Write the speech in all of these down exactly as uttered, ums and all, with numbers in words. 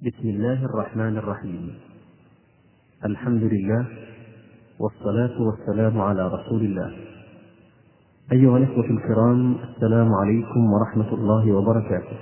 بسم الله الرحمن الرحيم. الحمد لله والصلاة والسلام على رسول الله. أيها الإخوة الكرام، السلام عليكم ورحمة الله وبركاته.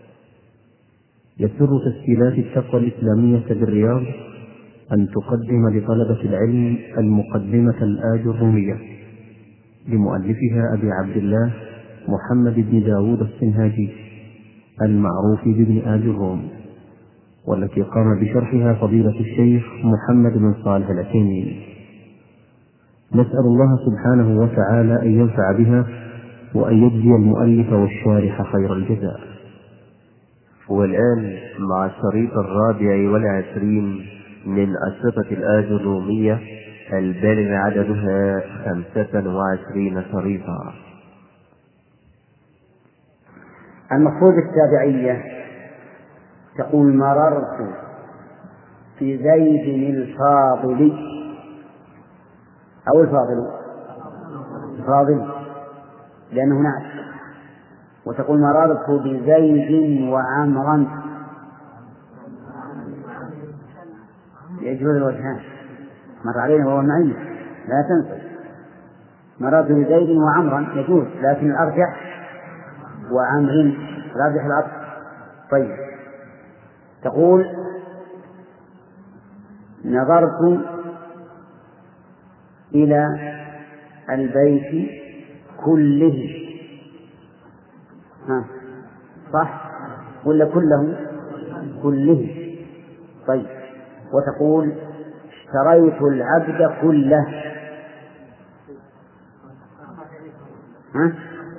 يسر تسجيلات التقوى الإسلامية بالرياض أن تقدم لطلبة العلم المقدمة الآجرومية لمؤلفها أبي عبد الله محمد بن داود السنهاجي المعروف بابن آجروم، والتي قام بشرحها فضيلة الشيخ محمد بن صالح العثيمين. نسأل الله سبحانه وتعالى أن ينفع بها وأن يجزي المؤلف والشارح خير الجزاء. والآن مع الشريط الرابع والعشرين من أشرطة الآجرومية البالغ عددها خمسة وعشرين شريطا. المفروض التابعية تقول: مررت في زيد الفاضل أو الفاضل الفاضل لأنه نعت، وتقول: مررت بزيد وعمرا يجوز الوجهان، مر علينا وهو معي لا تنسى. مررت بزيد وعمرا يجوز، لكن الأرجح وعمر، الأرجح العطف. طيب، تقول: نظرت إلى البيت كله. ها صح ولا كله؟ كله. طيب، وتقول: اشتريت العبد كله. ها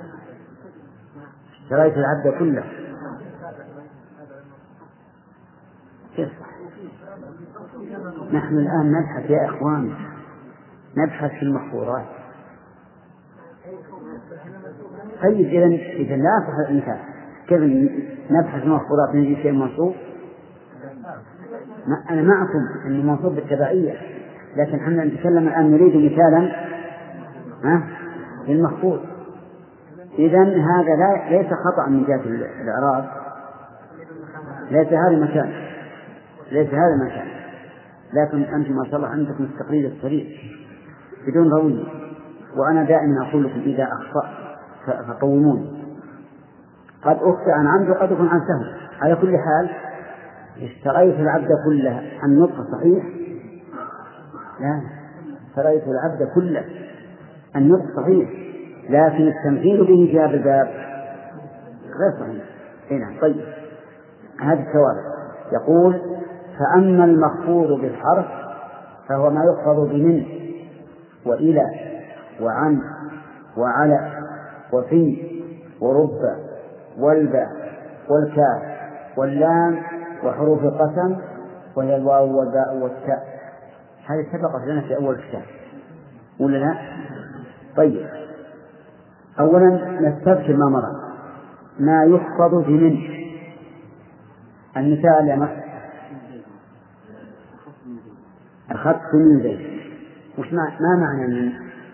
اشتريت العبد كله كيف؟ نحن الآن نبحث يا إخوان، نبحث في المخطورات. طيب، إذا إذا لا أصح الإنسان كيف نبحث في المخطورات نجد شيء منصوب؟ ما أنا معكم أن منصوب بالتبعية، لكن احنا نتكلم الآن نريد مثالا ها للمخطوط. إذا هذا لا ليس خطأ من جهة الإعراب، ليس هذا مكان، ليس هذا مكان، لكن أنتم ما شاء الله عندكم التقليد السريع بدون روية، وأنا دائما أقول لكم: إذا أخطأ فقوموني. قد أخطئ عن عمد وقد أكون عن سهو. على كل حال، اشتريت العبد كله، النطق صحيح؟ لا، اشتريت العبد كله النطق صحيح، لكن التمثيل به جاب الباب غير صحيح. هنا طيب، هذه الثوابت. يقول: فأما المخفوض بالحرف فهو ما يخفض بمن وإلى وعن وعلى وفي ورب والباء والكاف واللام وحروف القسم، وهي الواو والباء والتاء. هذه سبقت لنا في أول الكتاب ولا لا؟ طيب، أولا نستذكر ما مر. ما يحفظ بمن. المثال يا مصر: أخذت من زيد. وش ما, ما معنى من؟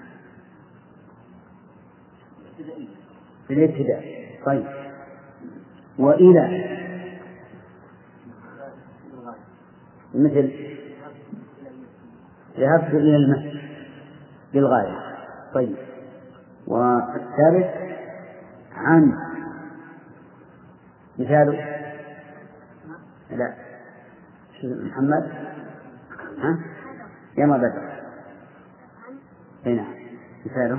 الابتداء. طيب، وإلى مثل ذهبت إلى المسجد للغاية. طيب، والثالث عن مثاله لا محمد ها يا ما بدأ هنا مثاله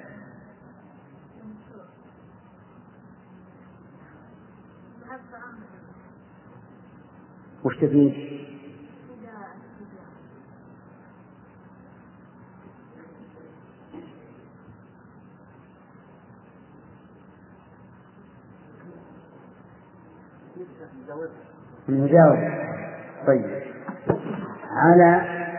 وش تفيد؟ المجاورة. طيب، على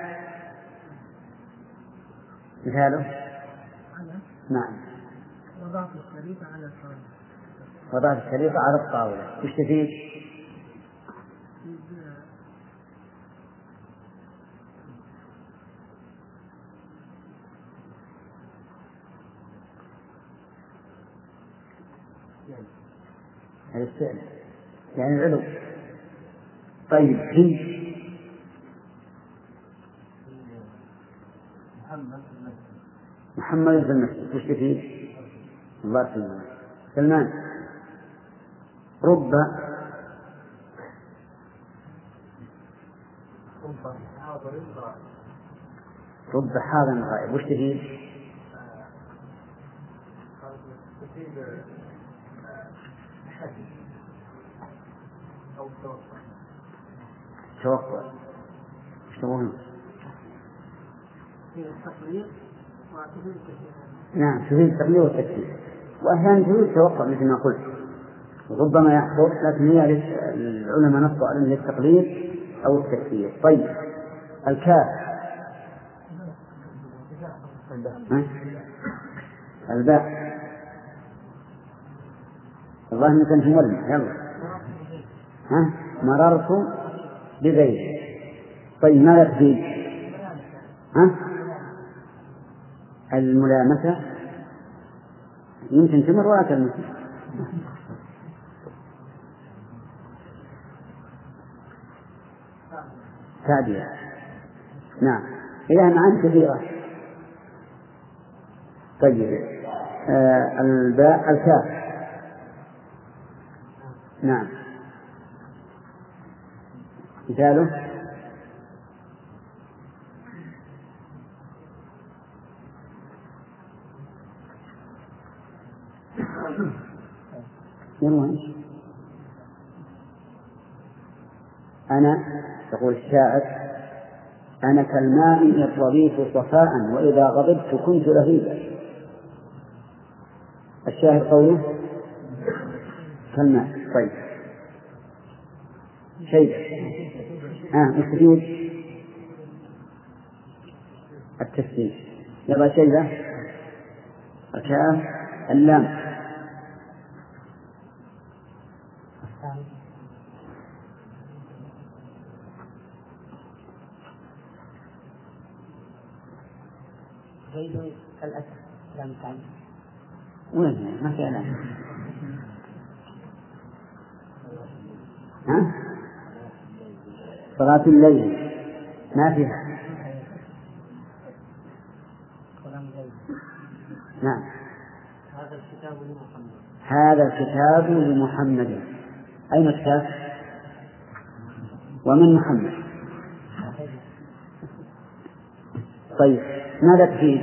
مثاله نعم وضعت الشريطة على الطاولة. وضعت الشريطة على الطاولة. وش تفيد؟ الاستئناف يعني العلو. طيب في محمد في المسجد وش فيه؟ الله يسلمك. سلمان رب رب حاضر غائب وش فيه؟ توقع ايش تقولون؟ نعم تفيد التقليد والتكفير، واحيانا تفيد التوقع مثل ما قلت، ربما يحصل، لكن هي العلماء نصوا على التقليد او التكفير. طيب الكاف الباء الله انك انت مولد يلا ها مررت ببيت. طيب ماذا تفيد؟ ها الملامسة يمكن تمر ولا تلمس. تعدية نعم إلى معاني كثيرة. طيب آه الباء الكاف نعم مثاله يلا أنا تقول الشاعر أنا كالماء الظريف صفاء وإذا غضبت كنت لهيبا. الشاعر قوله كالماء. طيب شيء آه مستفيد التسليم يبقى شيء الكاف اللام زيد الأسد لم تعد وين ما في علامة ها صلاة الليل ما فيها نعم هذا الكتاب لمحمد هذا الكتاب لمحمد. أين الكتاب ومن محمد؟ طيب ماذا تفيد؟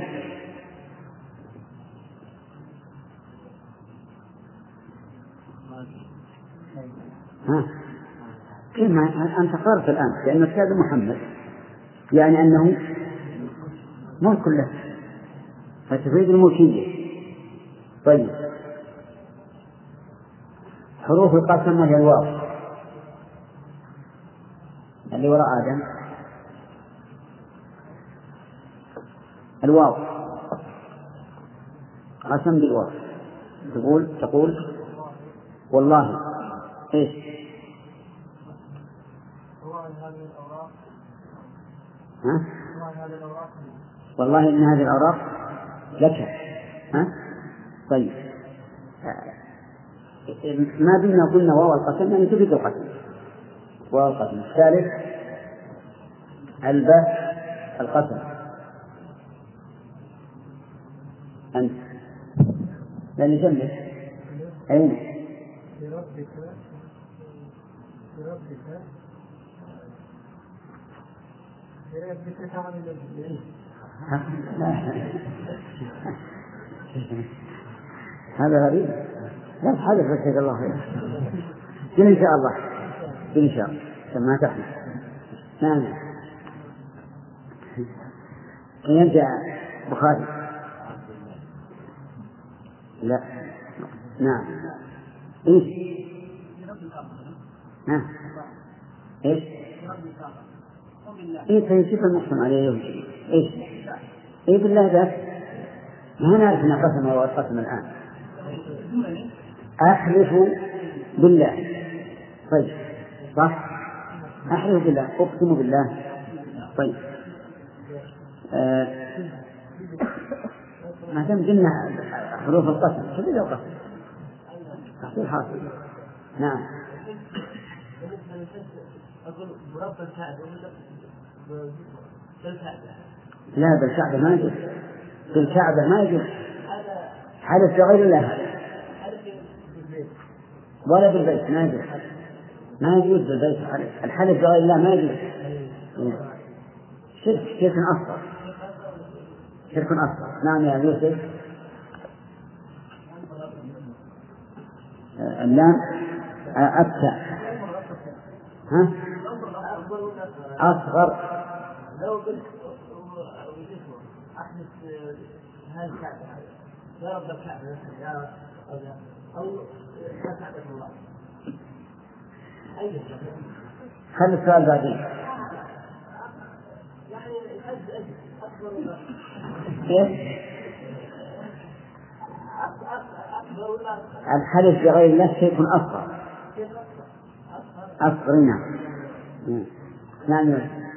ها كيف أنت قررت الآن لأن الكتاب محمد يعني أنه ملك له فتفيد الملكية. طيب حروف القسم وهي الواو اللي وراء آدم الواو قسم بالواو تقول تقول والله ايش ها؟ والله إن هذه الأوراق لك ها؟ طيب ما بينا قلنا واو القسم يعني تفيد القسم واو القسم. الثالث الباء القسم أنت لأن جنبك أين بربك بربك بربك تعمل الجنين هذا غريب لا تحدث بك الله خير قل إن شاء الله قل إن شاء الله ما تحدث نعم يرجع بخاري لا نعم إيش ها إيش إيه فيصير المقسم عليه إيش إيه بالله ذاك ما نعرف أن قسم هو القسم الآن أحلف بالله. طيب صح أحلف بالله أقسم بالله. طيب آه. ما دام قلنا حروف القسم شو ذا القسم تحصيل حاصل. نعم أقول برب الكعبة ولا بالكعبة؟ لا بالكعبة ما يجوز، بالكعبة ما يجوز حدث بغير الله ولا بالبيت ما يجوز، ما يجوز بالبيت الحلف بغير الله ما يجوز. شرك شرك أصغر شرك أصغر. نعم يا يوسف. اللام أبتع ها أصغر. لو قلت أحدث هالكعبة يا رب الكعبة يا أو لا تعبد الله. خلي السؤال بعدين. يعني الحج أجل أكبر كيف؟ الحلف بغير الله شيء أصغر. أصغر نعم. نعم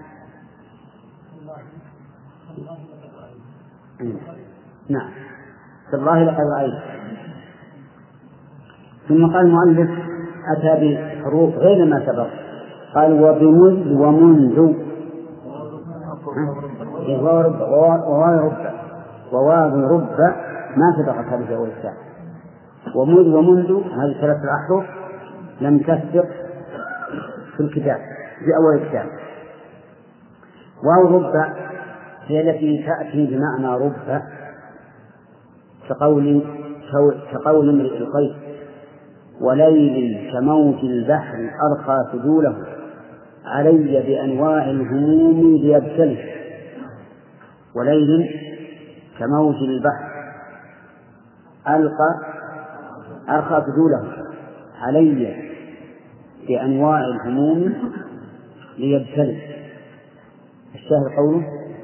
نعم. تالله لقد رأيت. ثم قال المؤلف أتى بحروف غير ما سبق، قال وبمذ ومنذ وورب وورب وواو رب ما سبقت هذه في أول الساعة. ومذ ومنذ هذه ثلاثة الأحرف لم تسبق في الكتاب في أول الكتاب. واو رب هي التي تأتي بمعنى رب، كقول كقول امرئ القيس وليل كموج البحر أرخى سدوله علي بأنواع الهموم ليبتلي. وليل كموج البحر ألقى أرخى سدوله علي بأنواع الهموم ليبتلي. الشاهد قوله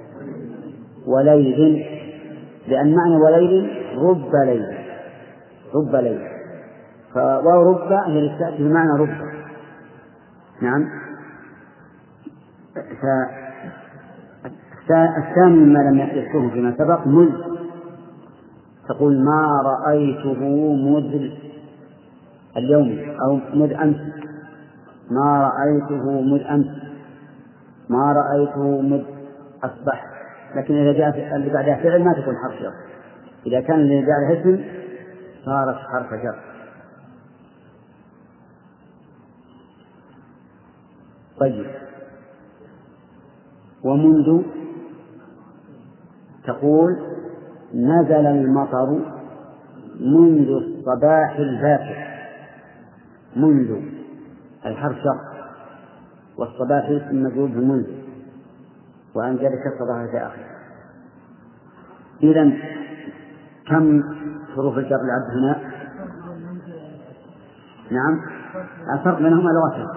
وليل، لأن معنى وليل رب ليل رب ليل، فواو رب هي التي تأتي بمعنى رب. نعم. الثاني مما لم يذكره فيما سبق مذ، تقول ما رأيته مذ اليوم أو مذ أمس، ما رأيته مذ أمس، ما رأيته مذ أصبح. لكن إذا جاء اللي بعدها فعل ما تكون حرف جر، إذا كان اللي بعدها اسم صارت حرف جر. طيب. ومنذ تقول نزل المطر منذ الصباح الباكر. منذ الحرف شق والصباح اسم مجرور بمنذ وعن ذلك الصباح في آخر. إذن كم حروف الجر العبد هنا؟ نعم الفرق بينهما لغة،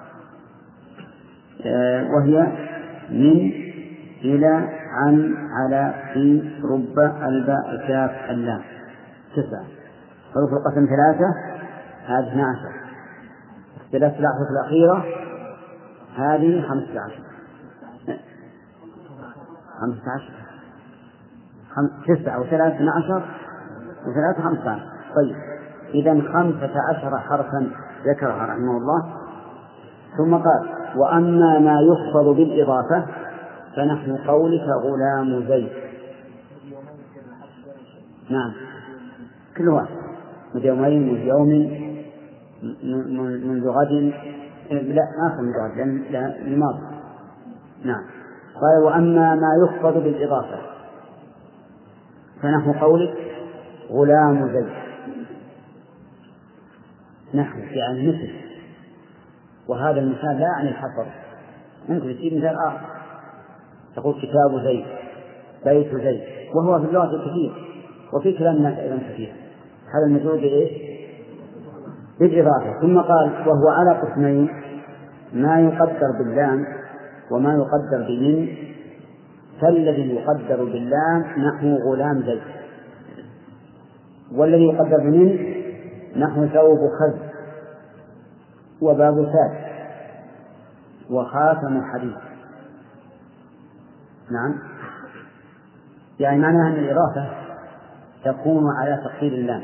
آه وهي من إلى عن على في رب الباء الكاف اللام. تسعة حروف القسم ثلاثة، هذه اثنا عشر. اختلاف الأحرف الأخيرة هذه خمسة عشر خمسة عشر تسعة وثلاثة اثنا عشر وثلاثة خمسة عشر. طيب إذن خمسة عشر حرفا ذكرها رحمه الله. ثم قال وأما ما يخفض بالإضافة فنحن قولك غلام زيد. نعم كل واحد منذ يومين منذ يوم منذ غد، لا آخر من غد لأن الماضي. نعم. قال وأما ما يخفض بالإضافة فنحن قولك غلام زيد. نحن يعني مثل، وهذا المثال لا يعني الحصر، ممكن تجيب مثال آخر تقول كتاب زيد بيت زيد، وهو في اللغة كثير وفي كلام الناس أيضا كثير. هذا المجرور بإيش؟ بالإضافة. ثم قال وهو على قسمين، ما يقدر باللام وما يقدر بمن. فالذي يقدر باللام نحو غلام زيد، والذي يقدر بمن نحو ثوب خز وباب ساد وخاتم حديد. نعم. يعني معناها أن الإضافة تكون على تقدير اللام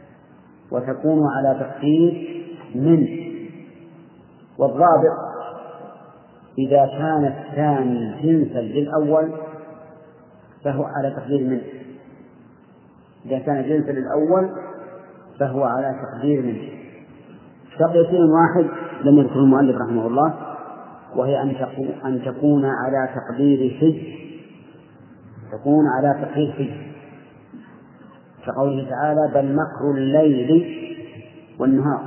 وتكون على تقدير من، والضابط إذا كان الثاني جنسا للأول فهو على تقدير منه. إذا كان جنسا للأول فهو على تقدير منه. شرطين واحد لم يذكر المؤلف رحمه الله، وهي أن تكون على تقدير شيء، تكون على تقدير شيء، كقوله تعالى: بل مكر الليل والنهار.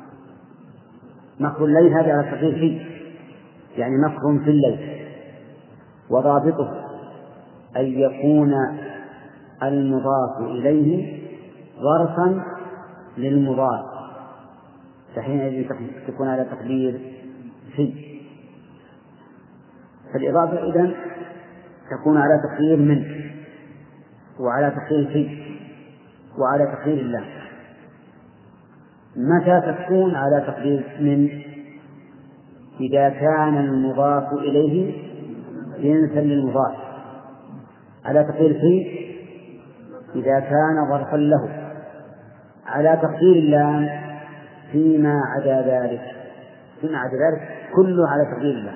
مكر الليل هذا على تقدير شيء، يعني مكر في الليل، وضابطه أن يكون المضاف إليه ظرفا للمضاف، فحينئذ تكون على تقدير شيء. فالإضافة إذن تكون على تقدير من، وعلى تقدير شيء، وعلى تقدير الله. متى تكون على تقدير من؟ إذا كان المضاف إليه جنسا للمضاف. على تقدير شيء إذا كان ظرفا له. على تقدير الله فيما عدا ذلك، فيما عدا ذلك كله على تقدير الله.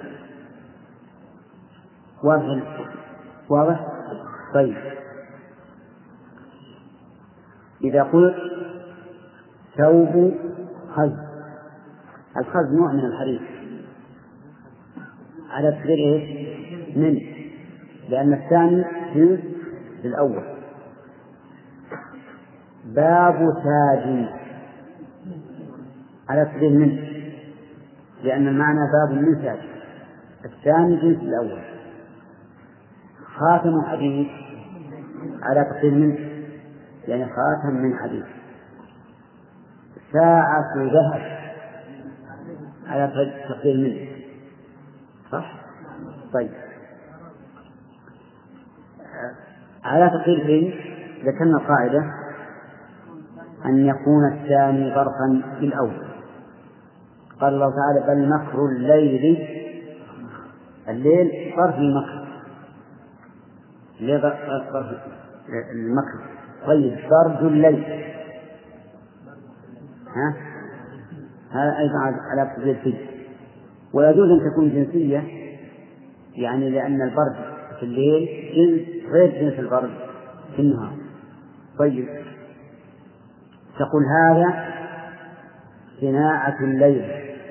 واضح؟ واضح؟ طيب، إذا قلت ثوب خز، الخز نوع من الحرير، على تقدير إيش؟ من، لأن الثاني جنس للأول. باب تاج على تقدير من، لأن المعنى باب من تاج، الثاني جنس الأول. خاتم حديد على تقدير من، يعني خاتم من حديد. ساعة ذهب على تقدير من، صح؟ طيب، على تقدير من ذكرنا القاعدة أن يكون الثاني ظرفا للأول. قال الله تعالى: بل مكر الليل، الليل ظرف المكر، الليل ظرف المكر. طيب، برد الليل، ها هذا أيضا على تقدير فيه. ويجوز أن تكون جنسية، يعني لأن البرد في الليل جنس غير جنس البرد في النهار. طيب، تقول هذا صناعة الليل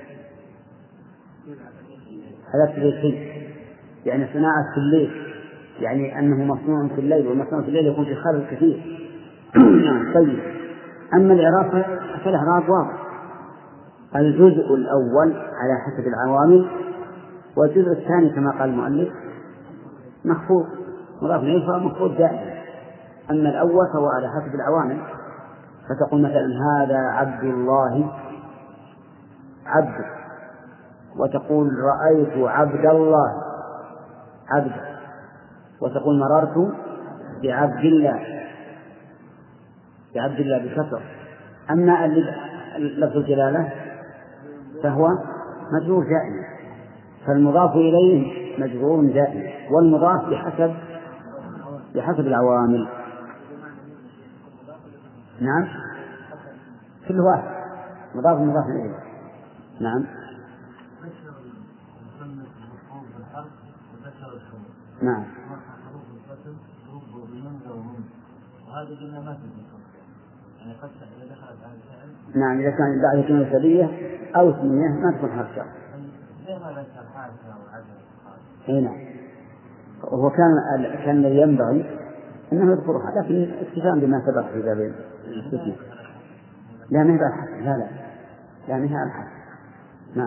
على تقدير فيه، يعني صناعة في الليل، يعني أنه مصنوع في الليل، والمصنوع في الليل يكون في خلل كثير. طيب، أما الإعراب فالإعراب واضح: الجزء الأول على حسب العوامل، والجزء الثاني كما قال المؤلف مخفوض، مضاف إليه فهو مخفوض دائما. أما الأول فهو على حسب العوامل، فتقول مثلا: هذا عبد الله عبد، وتقول: رأيت عبد الله عبد، وتقول: مررت بعبد الله بعبد الله بكسر. أما لفظ الجلالة فهو مجرور دائما، فالمضاف إليه مجرور دائما، والمضاف بحسب بحسب العوامل. نعم، كل واحد مضاف مضاف إليه. نعم نعم نعم إذا كان بعد كلمة سبية أو اسمية ما تكون حرف شرط. أي نعم، وهو كان كان الذي ينبغي أنه يذكرها، لكن اكتفاء بما سبق في باب الاستثناء. لا ما هي الحق، لا لا لا ما هي الحق. نعم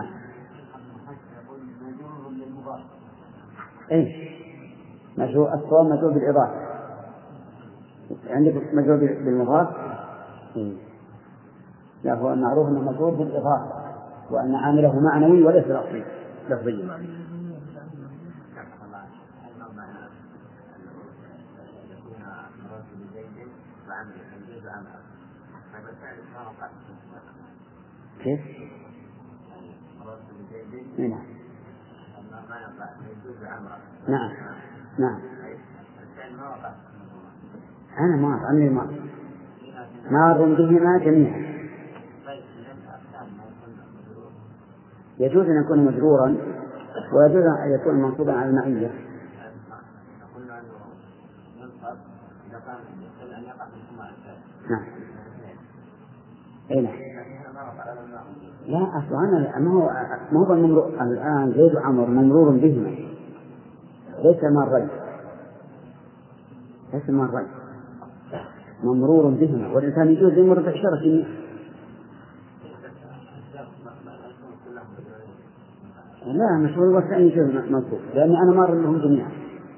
أي مجرور، الصواب مجرور بالإضافة. عندك مجرور بالمضاف؟ لا، هو المعروف أنه مجرور بالإضافة، وأن عامله معنوي وليس لفظي لفظي. كيف؟ نعم نعم نعم أنا ما أعني ما مار بهما جميعا. يجوز أن يكون مجرورا ويجوز أن يكون منصوبا على المعية. نعم. أين؟ لا أصلا أنا ما هو ما هو الممرور الآن زيد وعمر ممرور بهما ليس مرين ليس مرين ممرور بهما والإنسان يجوز يمر بعشرة سنين. لا مشهور والثاني يجوز منصوب لأن أنا مار لهم جميعا.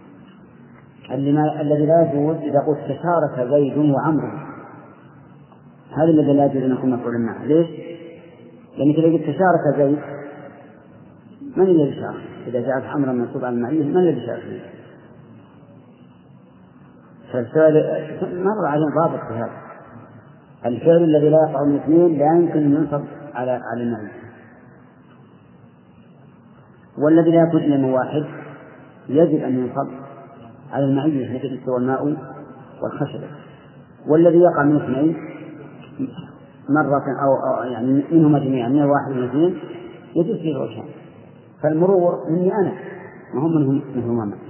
الذي لا يجوز إذا قلت تشارك زيد وعمر هذا الذي لا يجوز أن يكون مفعولا معه. ليش؟ لأنك إذا قلت تشارك زيد من الذي شارك؟ إذا جاءت أمرا منصوبا على المعية من الذي شارك فيه؟ فالفعل مر عليه ضابط في هذا. الفعل الذي لا يقع من اثنين لا يمكن أن ينصب على على المعية، والذي لا يكون إلا من واحد يجب أن ينصب على المعية مثل استوى الماء والخشب. والذي يقع من اثنين مرة أو, أو يعني منهما جميعا من واحد من اثنين يجوز فيه الوجهان. فالمرور مني أنا ما هم منهم منهما ما.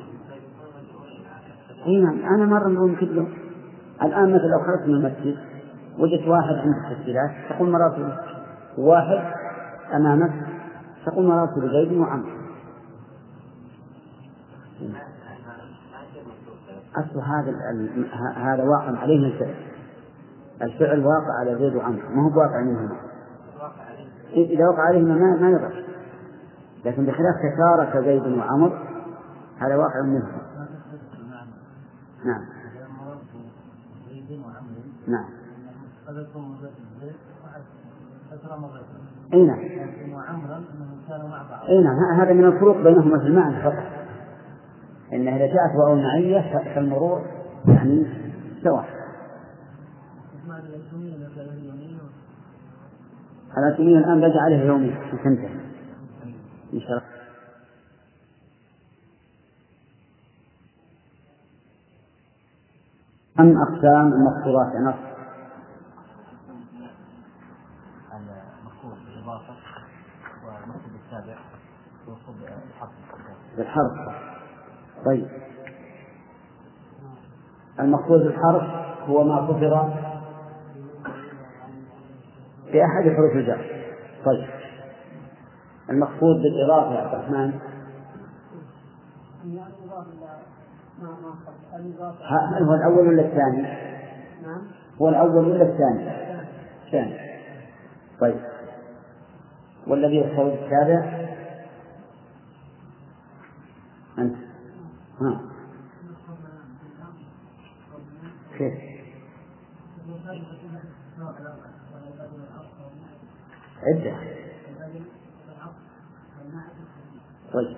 إيه أنا مرة مرور كله. الآن مثل لو خرجت من المسجد وجدت واحد عند التسجيلات تقول مررت واحد أمامك تقول مررت بزيد وعمر. أصل هذا هذا واقع عليه الفعل. الفعل واقع على زيد وعمر ما هو واقع منهما. إذا وقع عليهما ما ما يضر، لكن بخلاف تشارك زيد وعمر هذا واقع منهما. نعم نعم أي نعم أي نعم هذا من الفروق بينهما في المعنى فقط. إنها إذا جاءت واو المعية فالمرور يعني سواء. الأتمية الآن بقى عليه يومين وتنتهي إن شاء الله. أم أقسام المقصورات نص المقصور بالإضافة والمقصود بالتابع والمقصود بالحرف بالحرف. طيب المقصود بالحرف هو ما كثر في أحد حروف الجر. طيب المقصود بالإضافة يا عبد الرحمن هل هو الأول ولا الثاني؟ نعم هو الأول ولا الثاني؟ الثاني. طيب والذي يقصد التابع أنت ها كيف؟ عدة. طيب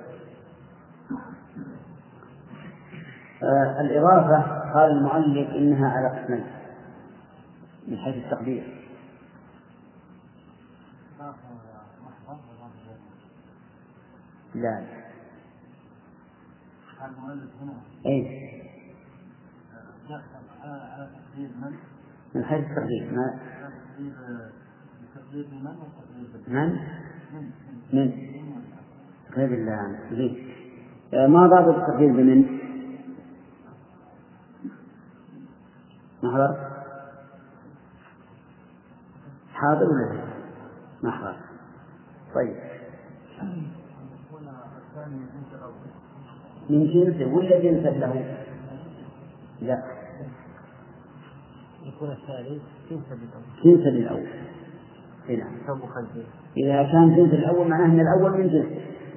آه الإضافة قال المؤلف إنها على قسمين من حيث التقدير. لا أي من حيث التقدير ما من من غير الله ليه ما ضابط التقدير بمن محضر حاضر ولا لا محضر. طيب من جنسه ولا جنسا له؟ لا يكون الثالث جنسا للأول. إذا كان جنس الأول معناه أن الأول من جنس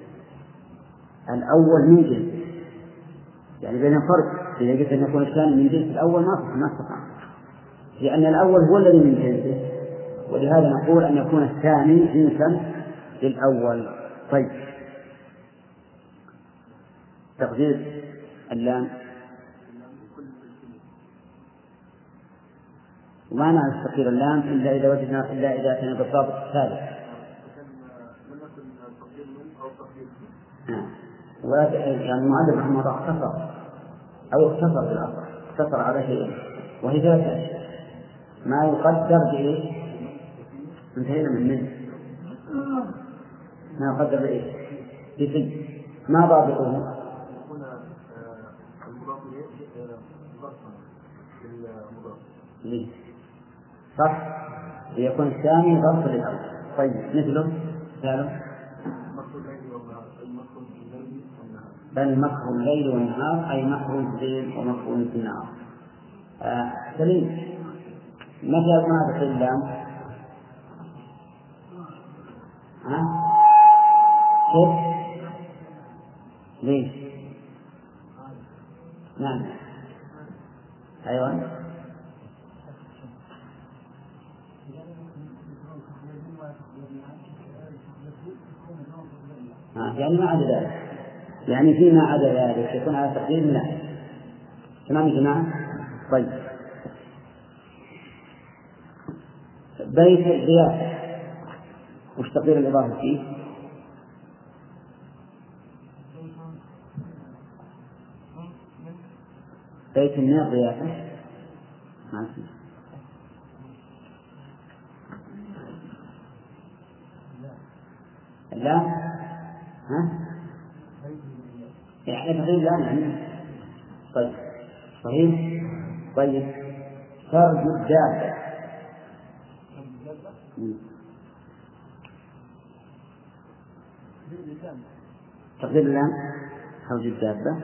الأول من جنس يعني بين فرق. إذا قلت أن يكون الثاني من جنس الأول ما ما استطاع لأن الأول هو الذي من جنسه، ولهذا نقول أن يكون الثاني جنسا للأول. طيب تقدير اللام وما نعرف تقدير اللام إلا إذا وجدنا إلا إذا كان بالضابط الثالث. يعني المؤلف رحمه الله اختصر أو اختصر بالأصل اختصر على شيء وهي ثلاثة أشياء ما يقدر بإيش انتهينا من منه ما يقدر بإيش بفن ما ضابطه؟ يكون المضاف إليه ظرفا للمضاف. ليه؟ صح، ليكون الثاني ظرف للأول. طيب مثله مثاله بل مكر الليل والنهار، أي مكر في الليل ومكر في النهار. آه سليم. متى ما تقول اللام؟ ها؟ كيف؟ ليش؟ نعم. أيوة. آه يعني ما عدا ذلك، يعني فيما عدا ذلك يكون على تقدير لا. تمام يا جماعة؟ طيب. بيت الضيافة وش تقدير الإضافة فيه؟ بيت من الضيافة ما فيه. لا ها؟ يعني تقدير لا يعني. طيب صحيح. طيب فرج الدابة تقدير اللام فرج الدابة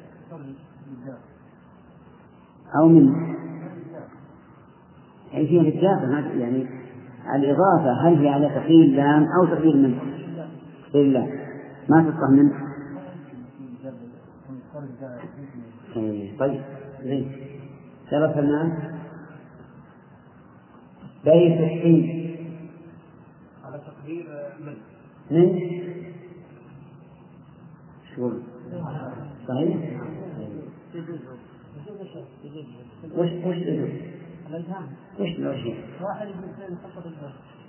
أو من أي فيها الدابة يعني الإضافة هل هي على تقدير اللام أو تقدير من تقدير اللام ما تفهم منه. طيب زين ثلاث الناس بيت الحين على تقدير من من شو صحيح. وش وش يجوز وش الوجه واحد يقول خطة الباب.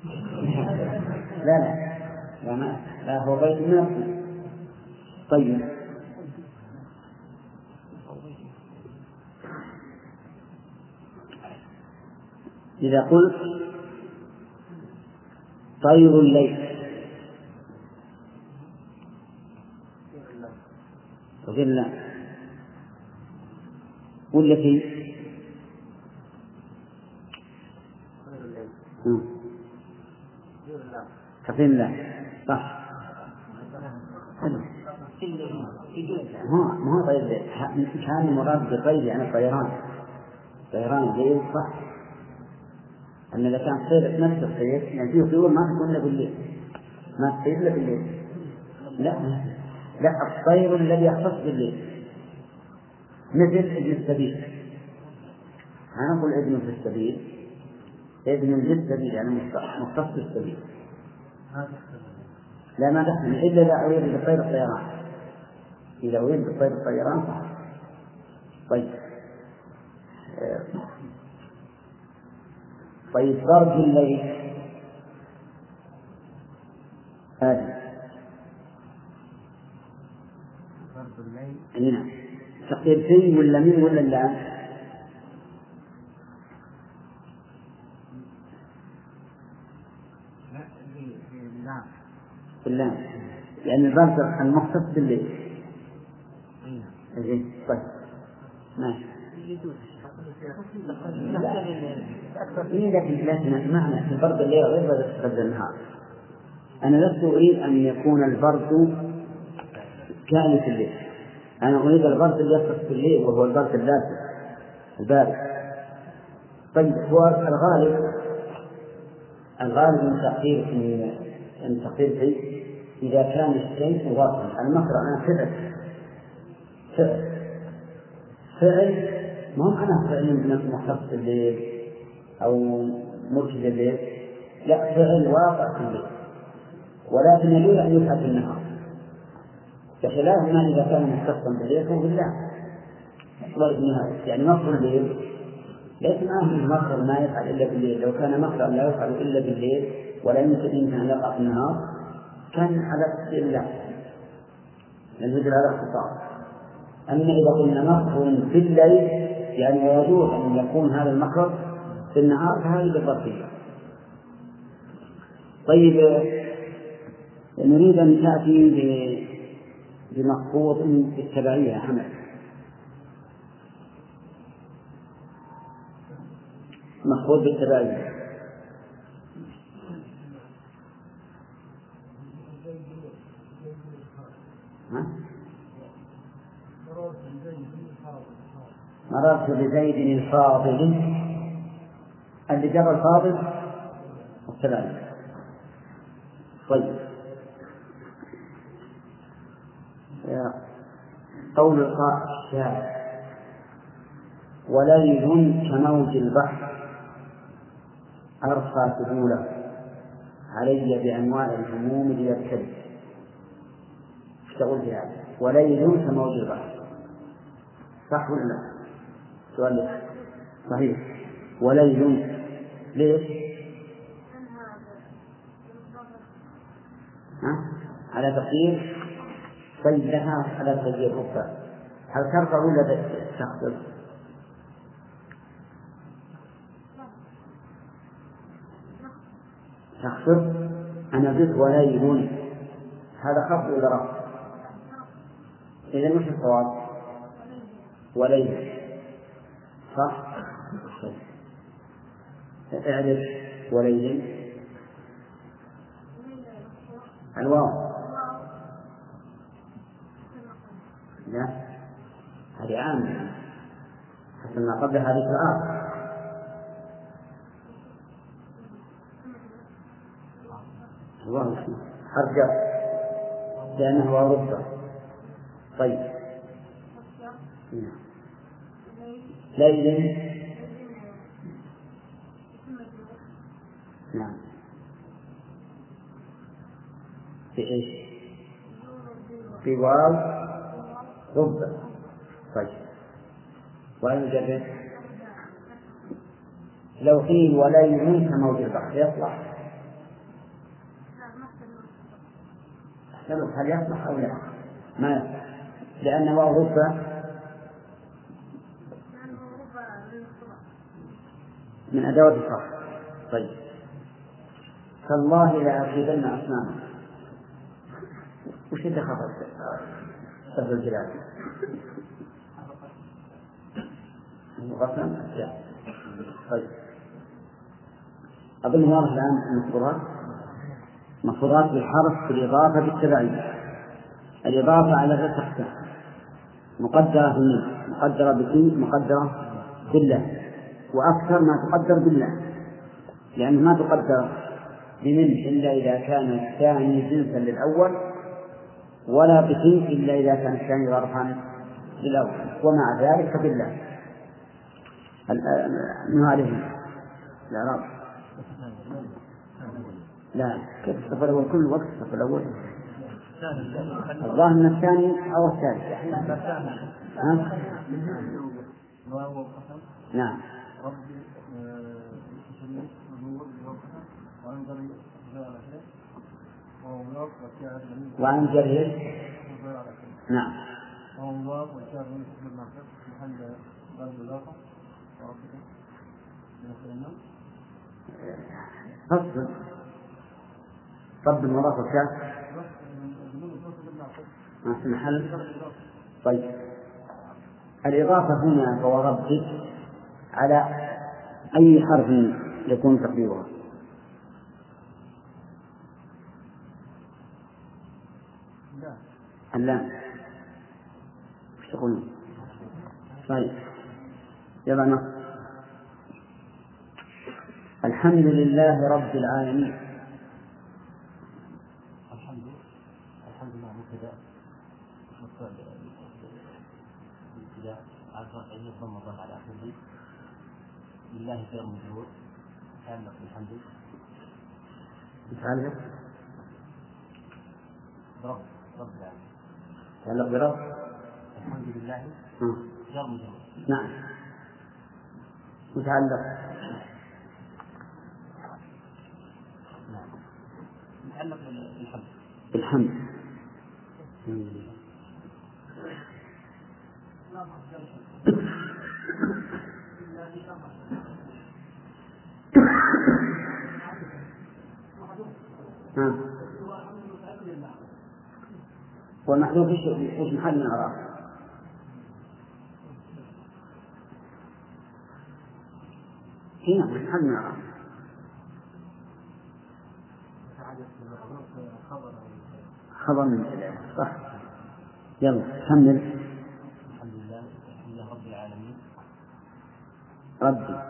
لا لا لا ما لا هو بيت الناس. طيب إذا قلت طير الليل وقل لا ولا في كفين لا صح. ما ما طير الليل كان مراد بالطير يعني الطيران طيران الليل صح. أن إذا كان طير نفس الطير يعني فيه طيور ما تكون إلا بالليل ما تطير إلا بالليل. لا لا الطير الذي يختص بالليل مثل ابن السبيل. أنا أقول ابن في السبيل ابن للسبيل يعني مختص بالسبيل لا ما تحمل إلا إذا أريد بالطير الطيران. إذا أريد بالطير الطيران صح. طيب طيب فرج الليل هذا نعم تقدير في ولا من ولا اللام؟ اللام يعني البرد المختص بالليل. طيب ماشي. لكن لكن معنى البرد الليل غير برد النهار. أنا لست أريد أن يكون البرد كامل في الليل. أنا أريد البرد اللي يختص بالليل وهو البرد اللاسع البارد. طيب هو الغالب الغالب من تقدير من تقدير شيء إذا كان الشيء مضافا. المقرأ أنا فعل فعل فعل ما هو أنا فعل مختص بالليل أو مركز الليل لا فعل واقع في الليل ولكن يجوز أن يفعل في النهار بخلاف ما إذا كان مختصا بالليل هو بالله يعني مصر الليل ليس معه مصر ما يفعل إلا بالليل. لو كان مصر لا يفعل إلا بالليل ولا يمكن أن يقع في النهار كان على تقدير الله نجد على اختصار. أما إذا قلنا مصر في الليل يعني يجوز أن يكون هذا المخرج في النهار فهذه بالضبطية. طيب نريد أن تأتي بمخفوض بالتبعية يا حمد. مخفوض بالتبعية. ها؟ مررت بزيد الفاضل، اللي جرى الفاضل التبعية. طيب، قول الشاعر: وليل كموج البحر أرخى سهوله علي بأنواع الهموم ليبتلي. ايش تقول في هذا؟ وليل كموج البحر، صح ولا لا؟ سؤال صحيح. وليل ليش؟ ها؟ على تقدير طيب لها، على تقدير رفع. هل ترفع ولا تخفض؟ تخفض. أنا قلت وليل، هذا خفض ولا رفع؟ إذا مش الصواب وليل، صح؟ اعرف وليل الواو. لا، هذه عامة حسب ما قبل هذه الآية. الله حرف جر لأنه هو ربع. طيب، ليل. نعم، في إيش؟ في واو ربع. طيب، وين جرب؟ لو قيل وليل كموج البحر يصلح؟ هل يصلح أو لا؟ ما يصلح، لأن واو ربع من أدوات الصرف. طيب، فالله لأكيدن أصنامه. وش دخل سهل الجلال؟ غسل. طيب، أظن واضح الآن المفروضات. مفروضات بالحرف بالإضافة بالتبعية. الإضافة على ثلاث أقسام: مقدرة بالمن، مقدرة بالإن، مقدرة بالله. وأكثر ما تقدر بالله، لأن ما تقدر بمن إلا إذا كان الثاني جنسا للأول، ولا بفيه إلا إذا كان الثاني ظرفا للأول، ومع ذلك بالله. من هذه الإعراب؟ لا، كيف الصف الأول؟ كل وقت الصف الأول الظاهر من الثاني أو الثالث. ها؟ نعم. وعن جره. نعم. فصل رب المضاف والكاف في محل. طيب، الإضافة هنا هو ربك على أي حرف يكون تقديرها؟ اللام. وش تقولون؟ طيب، يلا نص. الحمد لله رب العالمين. الحمد الحمد لله مبتدأ مبتدأ عشرة أن يضم الله على آخره. لله خير مجهول تعلق بالحمد. يتعلق برب رب العالمين. يتعلق برب. الحمد لله خير مجهول. نعم. يتعلق نعم يتعلق بالحمد. الحمد. والمحذوف إيش محل من أعراب؟ هنا محل من أعراب. خبر من الآية صح. يلا كمل. الحمد لله الحمد لله رب العالمين. ربي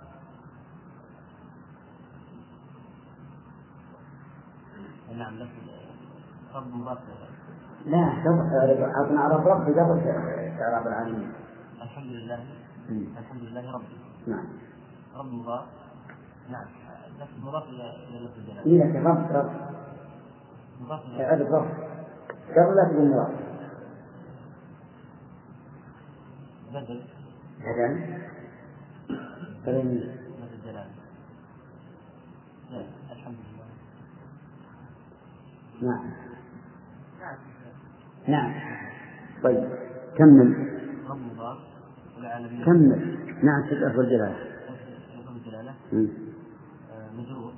نعم لفظ رب مضاف. لا أعطنا أعراب ربي قبل إعراب العالمين. الحمد لله الحمد لله ربي. نعم رب مضاف. نعم لفظ مضاف إلى لفظ الجلالة. إيه لك رب رب مضاف أعرف رب قبل لا تقول رب بدل بدل بدل لفظ الجلالة. الحمد لله. نعم نعم. طيب كمل. رب مضاف والعالمين. كمل. نعم في الألف والجلالة. لفظ الجلالة مجرور.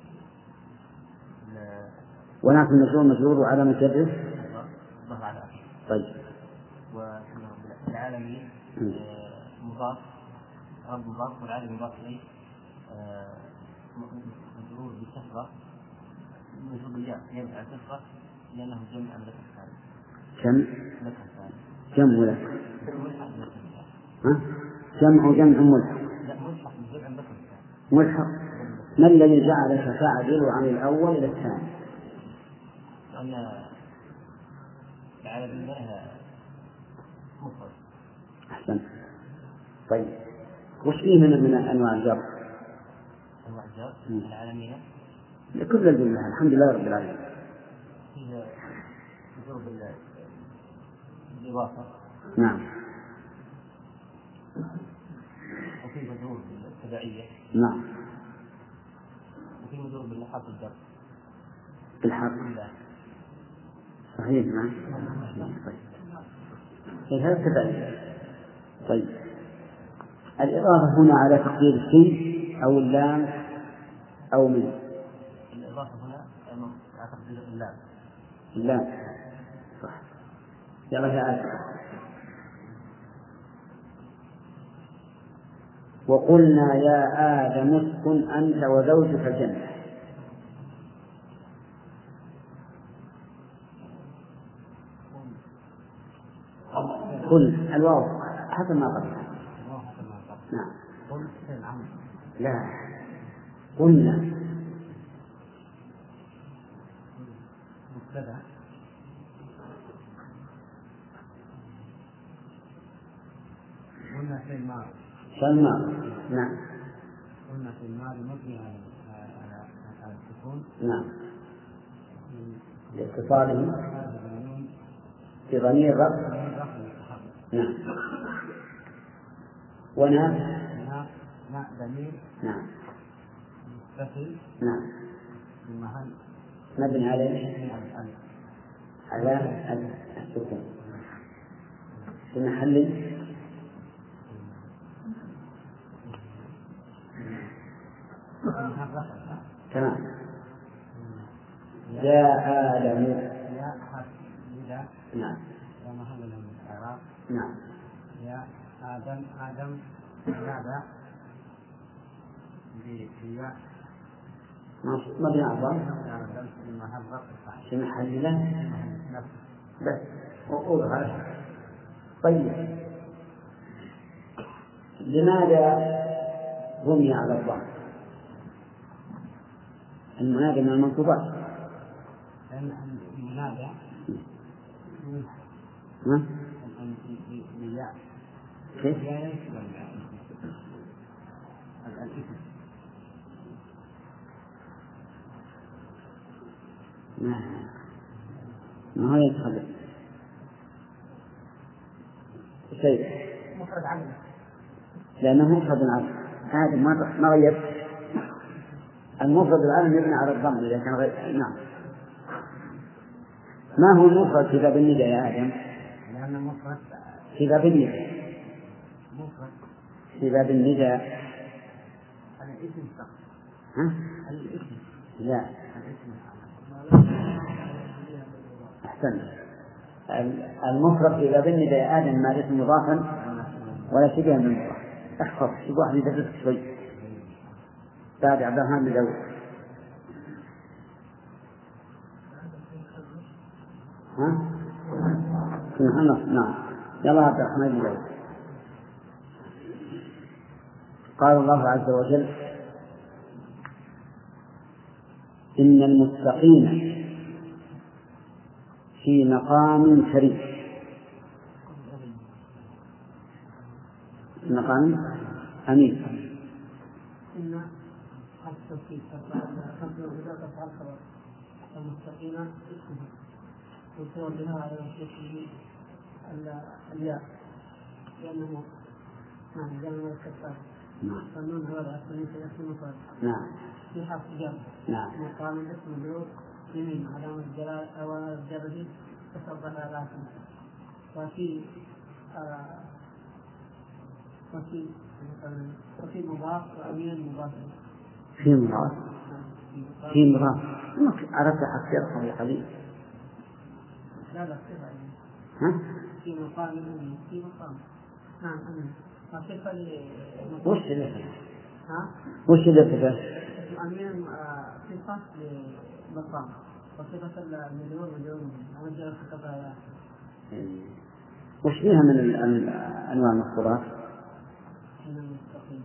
ونعم المجرور مجرور وعلامة جره ظهر على آخر. طيب والعالمين مضاف. رب مضاف والعالم مضاف إليه مجرور بالكسرة مجرور بالياء يرجع الكسرة لأنه جمع ملك الثاني. كم ملك الثاني جمع لك ها جمع جمع ملحق. لا ملحق جمع ملك الثاني. ملحق. ما الذي جعلك تعدل عن الأول إلى الثاني؟ لأن العالمين لها مفرد. أحسن. طيب وش فيه من من أنواع الجر؟ أنواع الجر العالمين لكل الجملة الحمد لله رب العالمين. فيه مجرور بالإضافة. نعم. وفيه مجرور بالتبعية. نعم. وفيه مجرور باللحاق الجر. بالحق. صحيح. نعم. طيب. هذا تبعية. طيب الإضافة هنا على تقدير الشيء أو اللام أو من. الإضافة هنا على تقدير اللام. اللام صح. يلا يا آسف. وقلنا يا آدم اسكن أنت وزوجك الجنة. قل الواو حسب ما قبل. نعم. لا قلنا مبتدأ قلنا في الماضي. في الماضي. نعم. قلنا في الماضي مبني على على السكون. نعم. لاتصاله في ضمير رفع. نعم. ونا نعم ضمير. نعم. متصل. نعم. المحل مبني عليه على السكون في محل تمام. يا آدم. يا حرف نداء. نعم. يا محل من الإعراب. نعم. يا آدم آدم ماذا بيا ما بيعرف في محل له بس وقول هذا. طيب لماذا رمي على الضم؟ المنادى من المنصوبات. المنادى ها؟ كيف؟ ما ما هو يدخل شيء مفرد عنه لأنه مفرد عنه. هذا ما ما غير المفرد العالم يبنى على الضم إذا كان غير. نعم. ما هو المفرد في باب النداء يا آدم؟ لأن المفرد في باب النداء. مفرد في باب النداء. الاسم فقط. ها؟ الاسم. لا. الاسم. أحسن. المفرد إذا بني آدم ما ليس مضافا ولا شبه من مضاف. احفظ شو واحد يدرس شوي بعد عبد الرحمن بن داود. ها؟ محمد نعم. يلا عبد الرحمن بن داود. قال الله عز وجل: إن المتقين في مقام كريم. في مقام أمين. إن التوكيد المتقين يصير بها على شكل الياء لأنه نعم جمع الكفار. فالنون هو الأصلي في اسم المفرد. نعم. في حرف جر. نعم. مقام اسم مجرور يمين علامة الجلال أو الجرد تصرف على اسم. وفي آه وفي وفي مضاف وأمين مضاف. في مضاف. في مضاف. عرفت حقيقة يا حبيبي. لا لا صفة. ها؟ في مقام أمين في مقام. نعم أمين. صفة ل. وش اللي؟ ها؟ وش اللي تبغى؟ أمين صفة لمقام وصفة المجرور مجرور أو جرى صفة. وش فيها من أنواع المخطوطات؟ من المستقيم.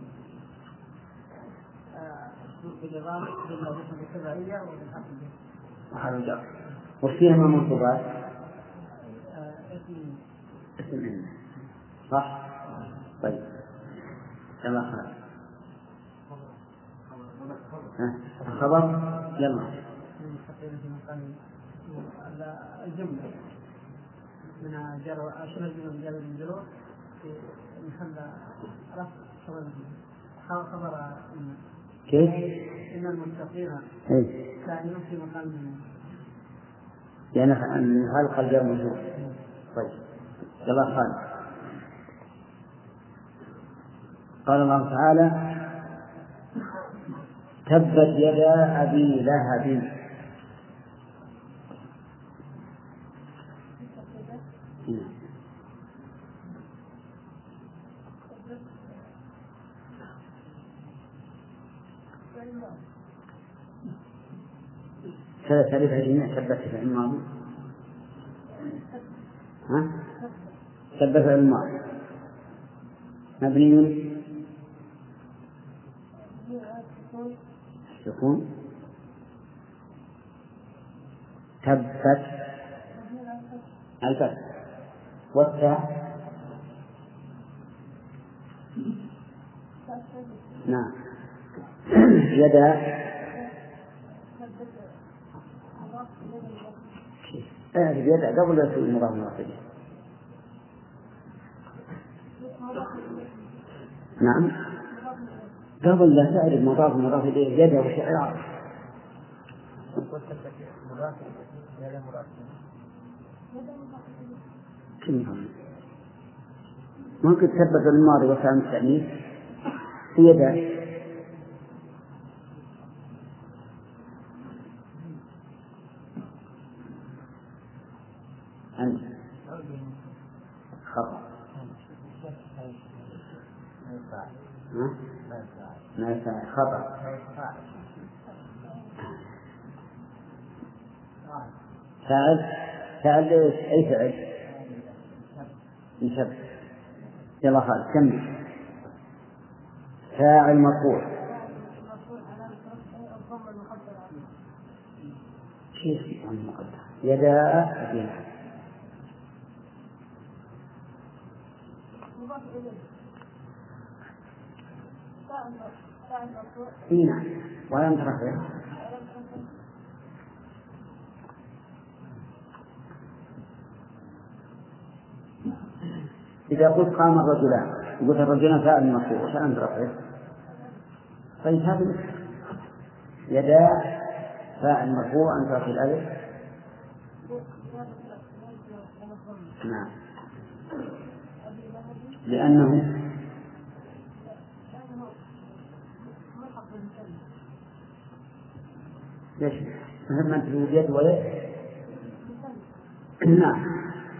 بالإضافة بالإضافة التبعية والحقيقة. وحال جر. وش فيها من المنصوبات؟ اسم. اسم إن. صح. طيب. يلا خلاص. الخبر يلا. الجملة من جر أشبه من جر الجرور محل رفع خبر خبر كيف؟ إن المتقين كائنون في مقام يعني خلق الجر موجود. طيب يلا خالد. قال الله تعالى: تبت يدا أبي لهب. ثلاث ألف جميع تبت في الماضي. ها؟ تبت في الماضي مبني سكون. تبت الفتح والتاء نعم. يدا اعرف يدا قبل لا تكون مضاف مضاف إليه. نعم قبل لا تعرف مضاف مضاف إليه يدا وشعر ممكن تثبت الماضي وكان التأنيث في يدا. أنت خطأ. ما يفعل خطأ. فعل فعل أي فعل نشب. يلا خالد كمل. فاعل مرفوع. كيف المقدر يدا أبيها هنا ولم ترفع. إذا قلت قام الرجلان قلت الرجلان فاعل مرفوع فلم ترفع. طيب هذا يدا فاعل مرفوع أن ترفع الألف. نعم لأنه ليش؟ مثل ما تقول يد ويد. نعم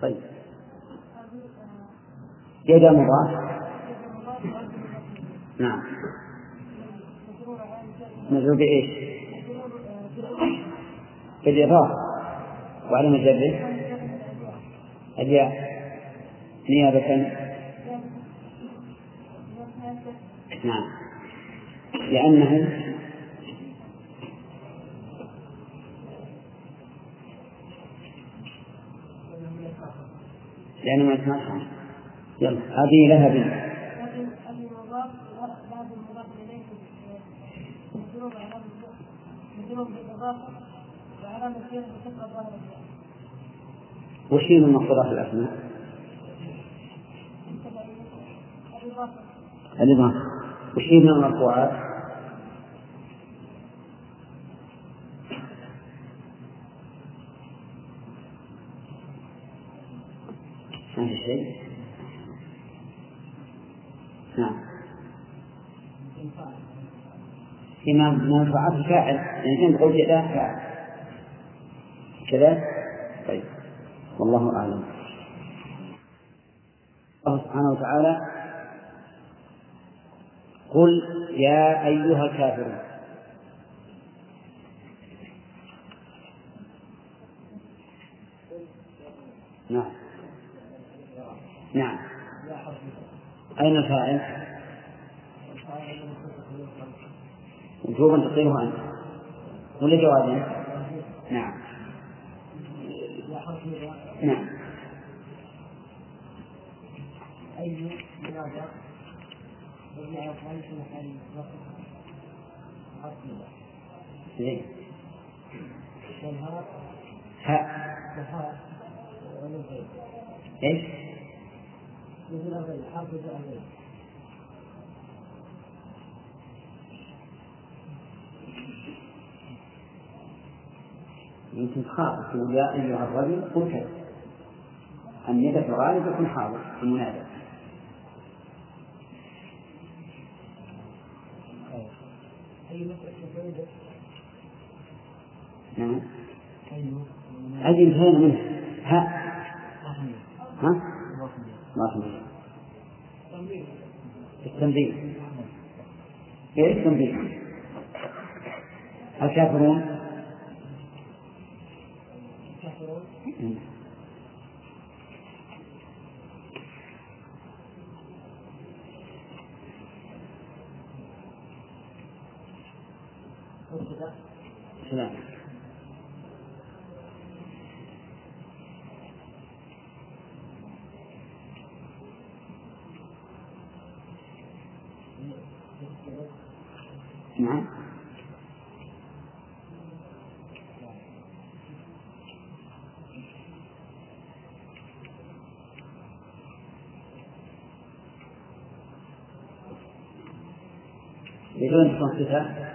طيب يد مضاف نعم مجرور بإيش؟ بالإضافة وعلى مجره الياء نيابة نعم لأنه لأنه ما يسمعها. يلا هذه لها بنت وش هي من مقتضى الأسماء؟ الإضافة. وش هي من المرفوعات؟ ما في شيء. نعم فيما مرفوعات الفاعل يعني كنت قلت لا فاعل كذا. طيب والله أعلم. الله سبحانه وتعالى قل يا أيها الكافرون. نعم نعم أين الفاعل؟ وجوبا تقديره أنت ولا جوابا؟ نعم نعم أي مناظر ها ايش؟ يمكن خاطر تقول يا أيها الرجل قل كذا. الندى في الغالب يكون حاضر في المنادى. نعم أي انتهينا منه. ها ها ما التنبيه. ايش التنبيه؟ الكافرون سلام. نعم بدون صفة.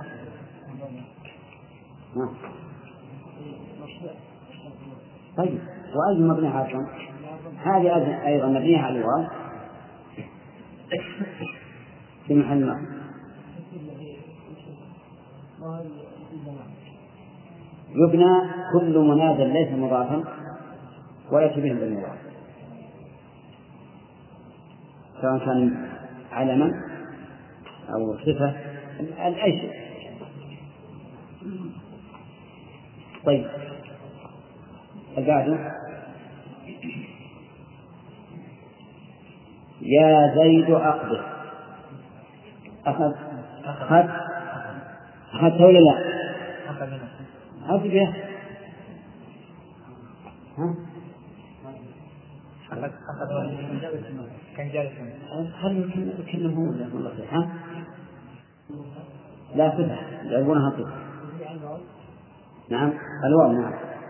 طيب وأي مبني عاصم هذه أيضا مبنية على الواو في محل ما يبنى كل منادى ليس مضافا ولا شبه بالمضاف سواء كان علما أو صفة أي شيء. طيب القاعدة يا زيد أقبل. أخذ أخذ أخذت ولا لا؟ أخذ به. ها؟ أخذ أخذ كان جالسا. خلوا كلهم ولا والله ها؟ لا فتح يعرفونها فتح. نعم الواو نعم.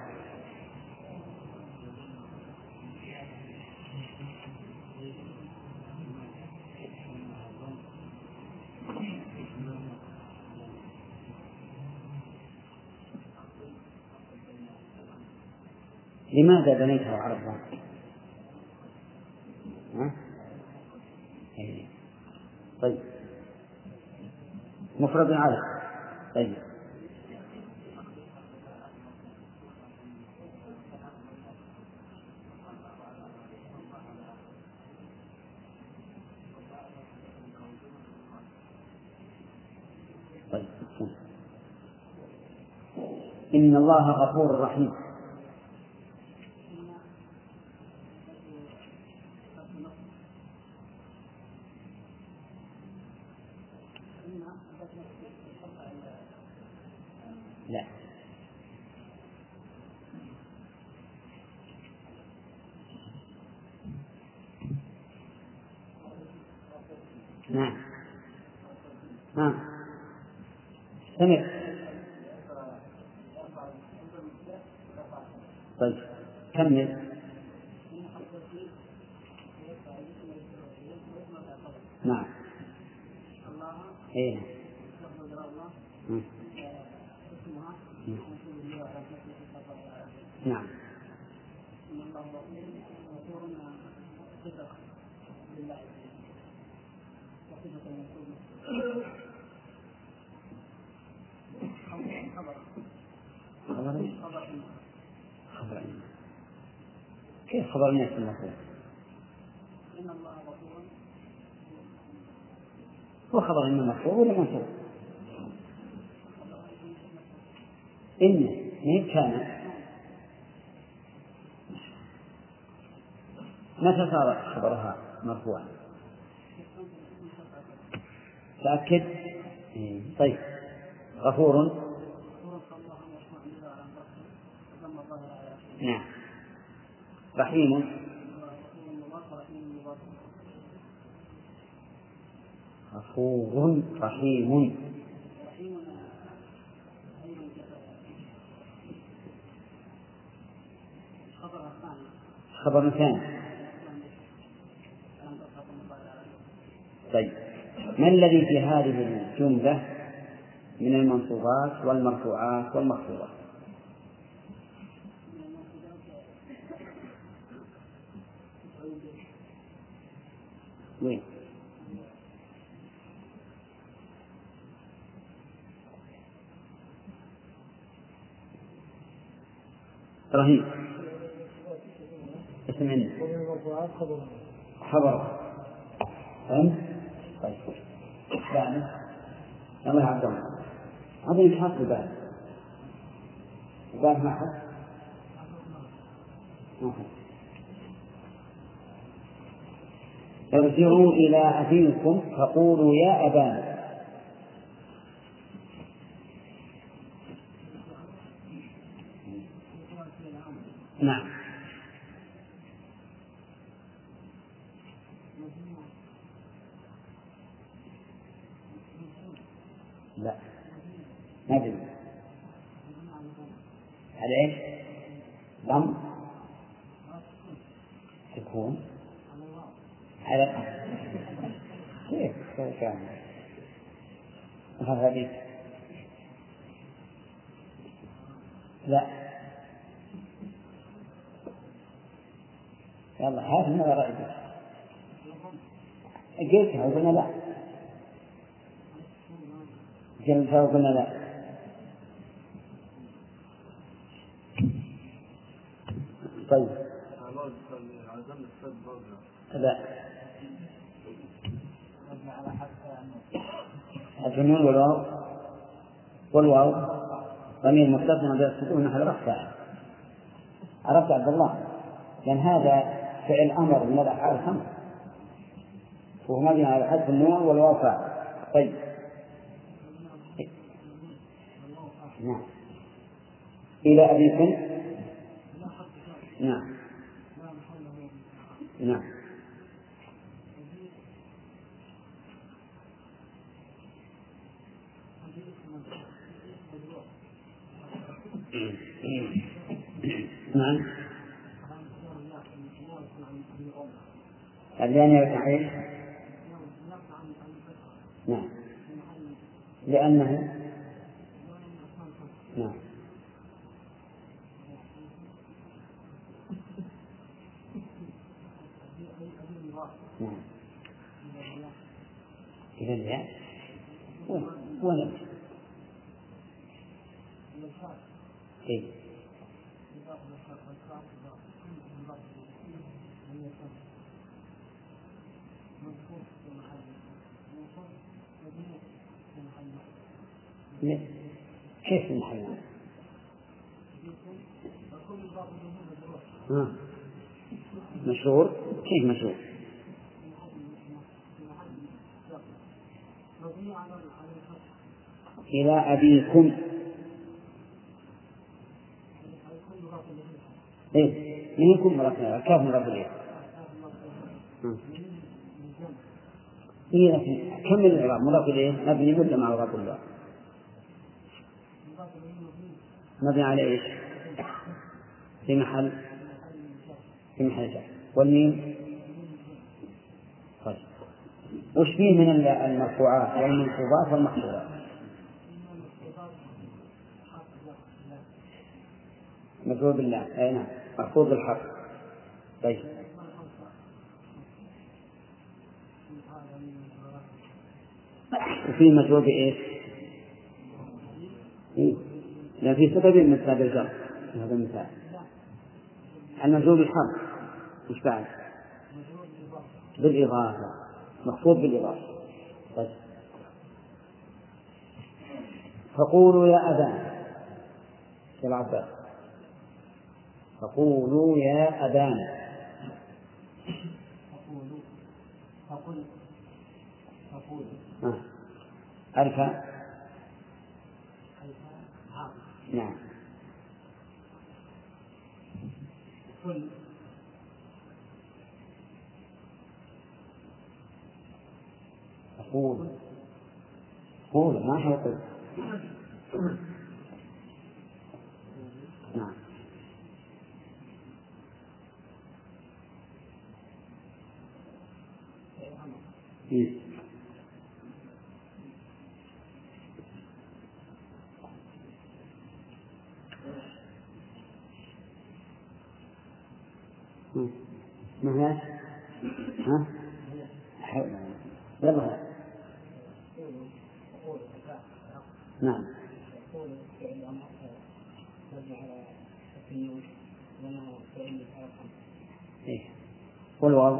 لماذا بنيتها على الضم؟ ها؟ طيب مفرد على. طيب إن الله غفور رحيم. لا نعم نعم سمع. طيب كمل. نعم ايه نعم خبر كيف خبر الناس المفروض؟ هو خبر إن المفروض ولا منصوب؟ إن ما كان متى صار خبرها مرفوعا؟ تأكد. طيب غفور. نعم. رحيم. غفور رحيم. خبر ثاني. طيب ما الذي في هذه الجملة من المنصوبات والمرفوعات والمخفوضات؟ وين؟ رهيب اسم عندي خبر. فهمت؟ طيب بعد الله عبد الله أظن حق بعد بعد ما حق ارجعوا إلى أبيكم فقولوا يا أبانا. نعم. لا ما أدري على إيش؟ ضم تكون على كيف كان هذا؟ لا يلا هذا ما رأيك قلتها وقلنا لا قلتها وقلنا لا. طيب لا الجنون والواو والواو ضمير متصل بالسكون نحو الرفع. عرفت عبد الله؟ لأن هذا فعل أمر من الأفعال الخمس وهو مبني على حذف النون والواو فاعل. طيب نعم. إلى أبيكم. نعم نعم. نعم اللي أنا يتعيش. نعم لأنه نعم نعم إذا لا وين إيه كيف المحل؟ ها مشهور؟ كيف مشهور؟ إلى أبيكم. إيه منكم مرة كيف مضاف إليه؟ إيه لكن كمل الإعراب. مضاف إليه مبني ولا مع مضاف إليه؟ مبني على إيش؟ في محل في محل جر. والميم طيب وش فيه من المرفوعات والمنصوبات والمخفوضات؟ مفعول بالله. أي نعم مخفوض بالحق. طيب وفي مجرور بإيش؟ لأن في سبب من أسباب الجر في هذا المثال. المجرور بالحق مش بعد بالإضافة مخفوض بالإضافة. طيب فقولوا يا أبانا يا العباس فقولوا يا أبانا. فقولوا فقل فقولوا آه. ألف نعم. قل أقول قول ما هو قل. نعم إيه. ما هي؟ ها؟ يلا نعم. إيه. قل واو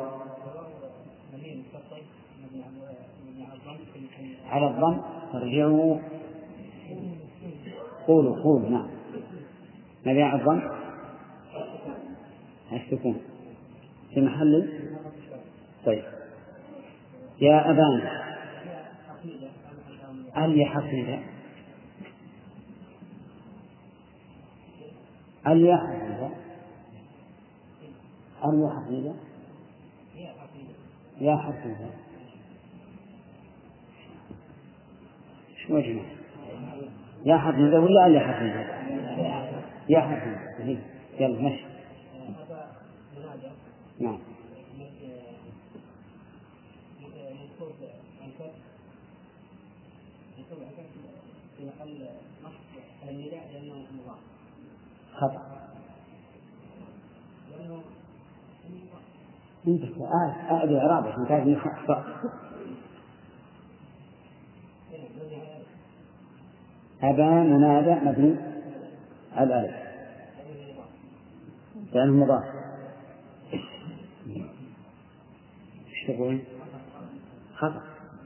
على الضم ترجعوا قولوا قولوا. نعم مبيع الضم السكون في محل. طيب يا أبانا هل يحفظ هل يحفظ هل يحفظ يا حفظ شو وجهه؟ يا حفظ ولا هل يحفظ؟ يا حفظ. يلا مشي. نعم خطأ. انت أعد إعرابه عشان تعرف إنه خطأ. أبا منادى مبني على الألف لأنه مضاف. ايش تقول؟ خطأ.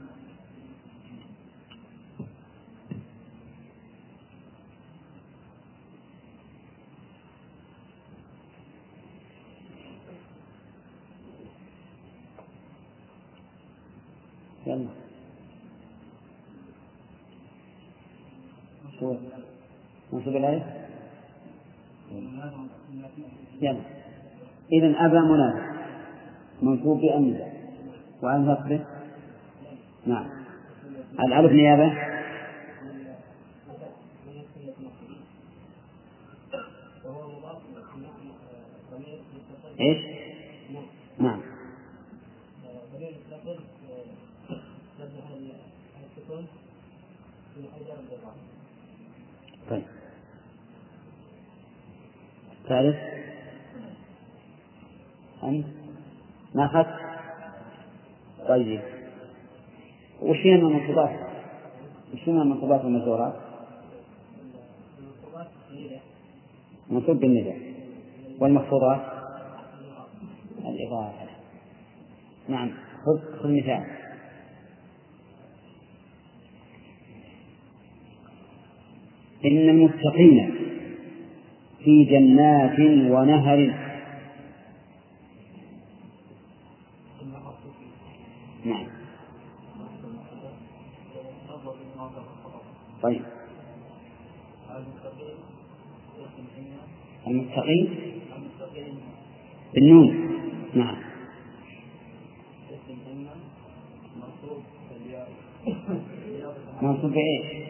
يلا شو منصوب الألف. يلا إذن أبا منادى منصوب بأمزة وعن نصبه. نعم الألف نيابة إيش؟ نعم طيب ثالث أنت ما أخذت. طيب وش هي المنصوبات؟ وش هي المنصوبات والمجرورات؟ منصوب بالنداء. والمخفوضات الإضافة. نعم خذ خذ مثال. إن المتقين في جنات ونهر. نعم. طيب المتقين بالنون. نعم. منصوب بإيه؟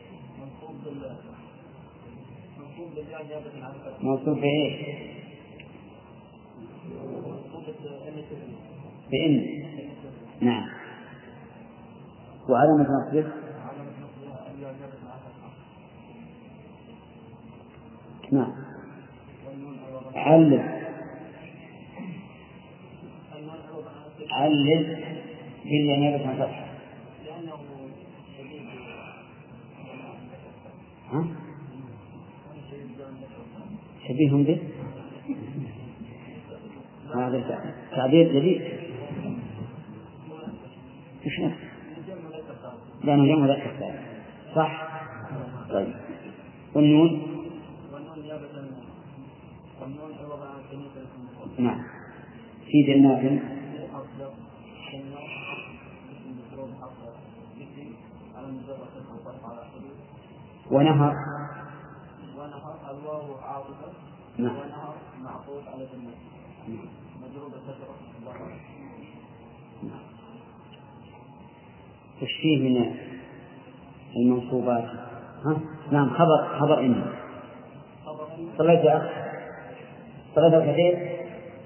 منصوب بإيه؟ بإن. نعم. وعلامة نصبه نعم علل علل إلا نيابة عن فتح. ها؟ شبيه به هذا تعبير جديد. مش نفس لأنه جمع ذكر صح. طيب والنون نعم في جنات ونهر ونهر الواو عاطفة نعم. ونهر معطوف على جنة مضروب الكسرة. وش فيه من المنصوبات؟ ها؟ نعم خبر خبر إن صليت يا أخ صليت الكثير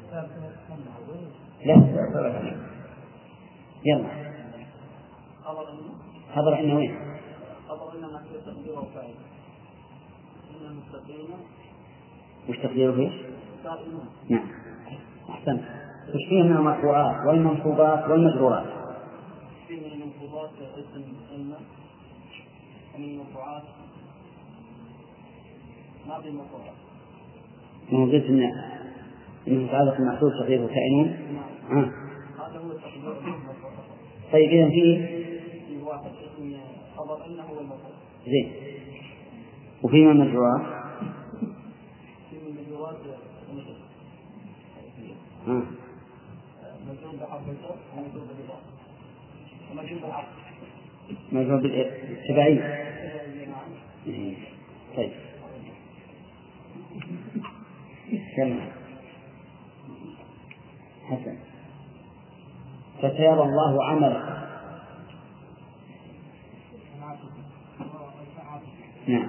لا صليت. يلا خبر إن وين؟ خبر إن محل تقديره فاعل. إن المتقين وش تقديره فيه؟ قائمون. نعم أحسنت. وش فيه من المرفوعات والمنصوبات والمجرورات؟ فيه من المنصوبات اسم إن ومن المرفوعات ما في مرفوعات. ما قلت إن إنه متعلق المحصول تقديره كائنون. نعم. آه. هذا هو التقدير. طيب إذا فيه في واحد اسم خبر إنه هو المرفوع. زين. وفيما مجرورات في المجرورات آه. مجرور بحرف الجر ومجرور بالإضافة ومجرور بالعطف. مجرور بالتبعية. طيب كم حسن. فسيرى الله عمله. نعم.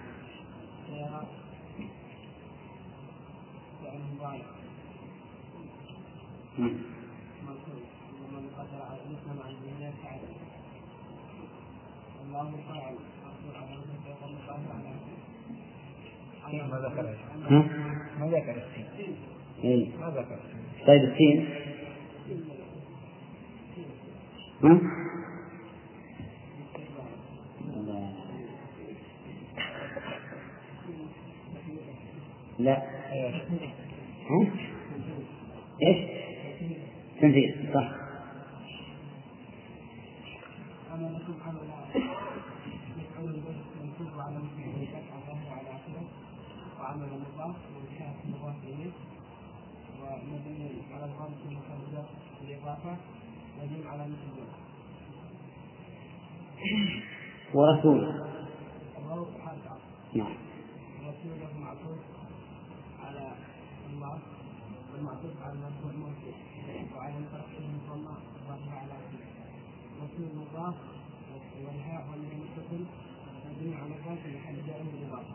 ما ذكر ها؟ ما ذكر السين. إيه. ما ذكر. طيب السين ها؟ لا. ها؟ إيش؟ تنفيذ صح. وعمل المضاف وكانت المضاف إليه ومبني على الضم في محل الإضافة مبني على مثل ورسول. الله حرف عطف. نعم. رسوله معطوف على الله والمعطوف على المرفوع الموصوف وعلى الترتيب المضمر الظاهر على رسول مضاف والهاء والمتصل مبني على الضم في محل جر بالإضافة.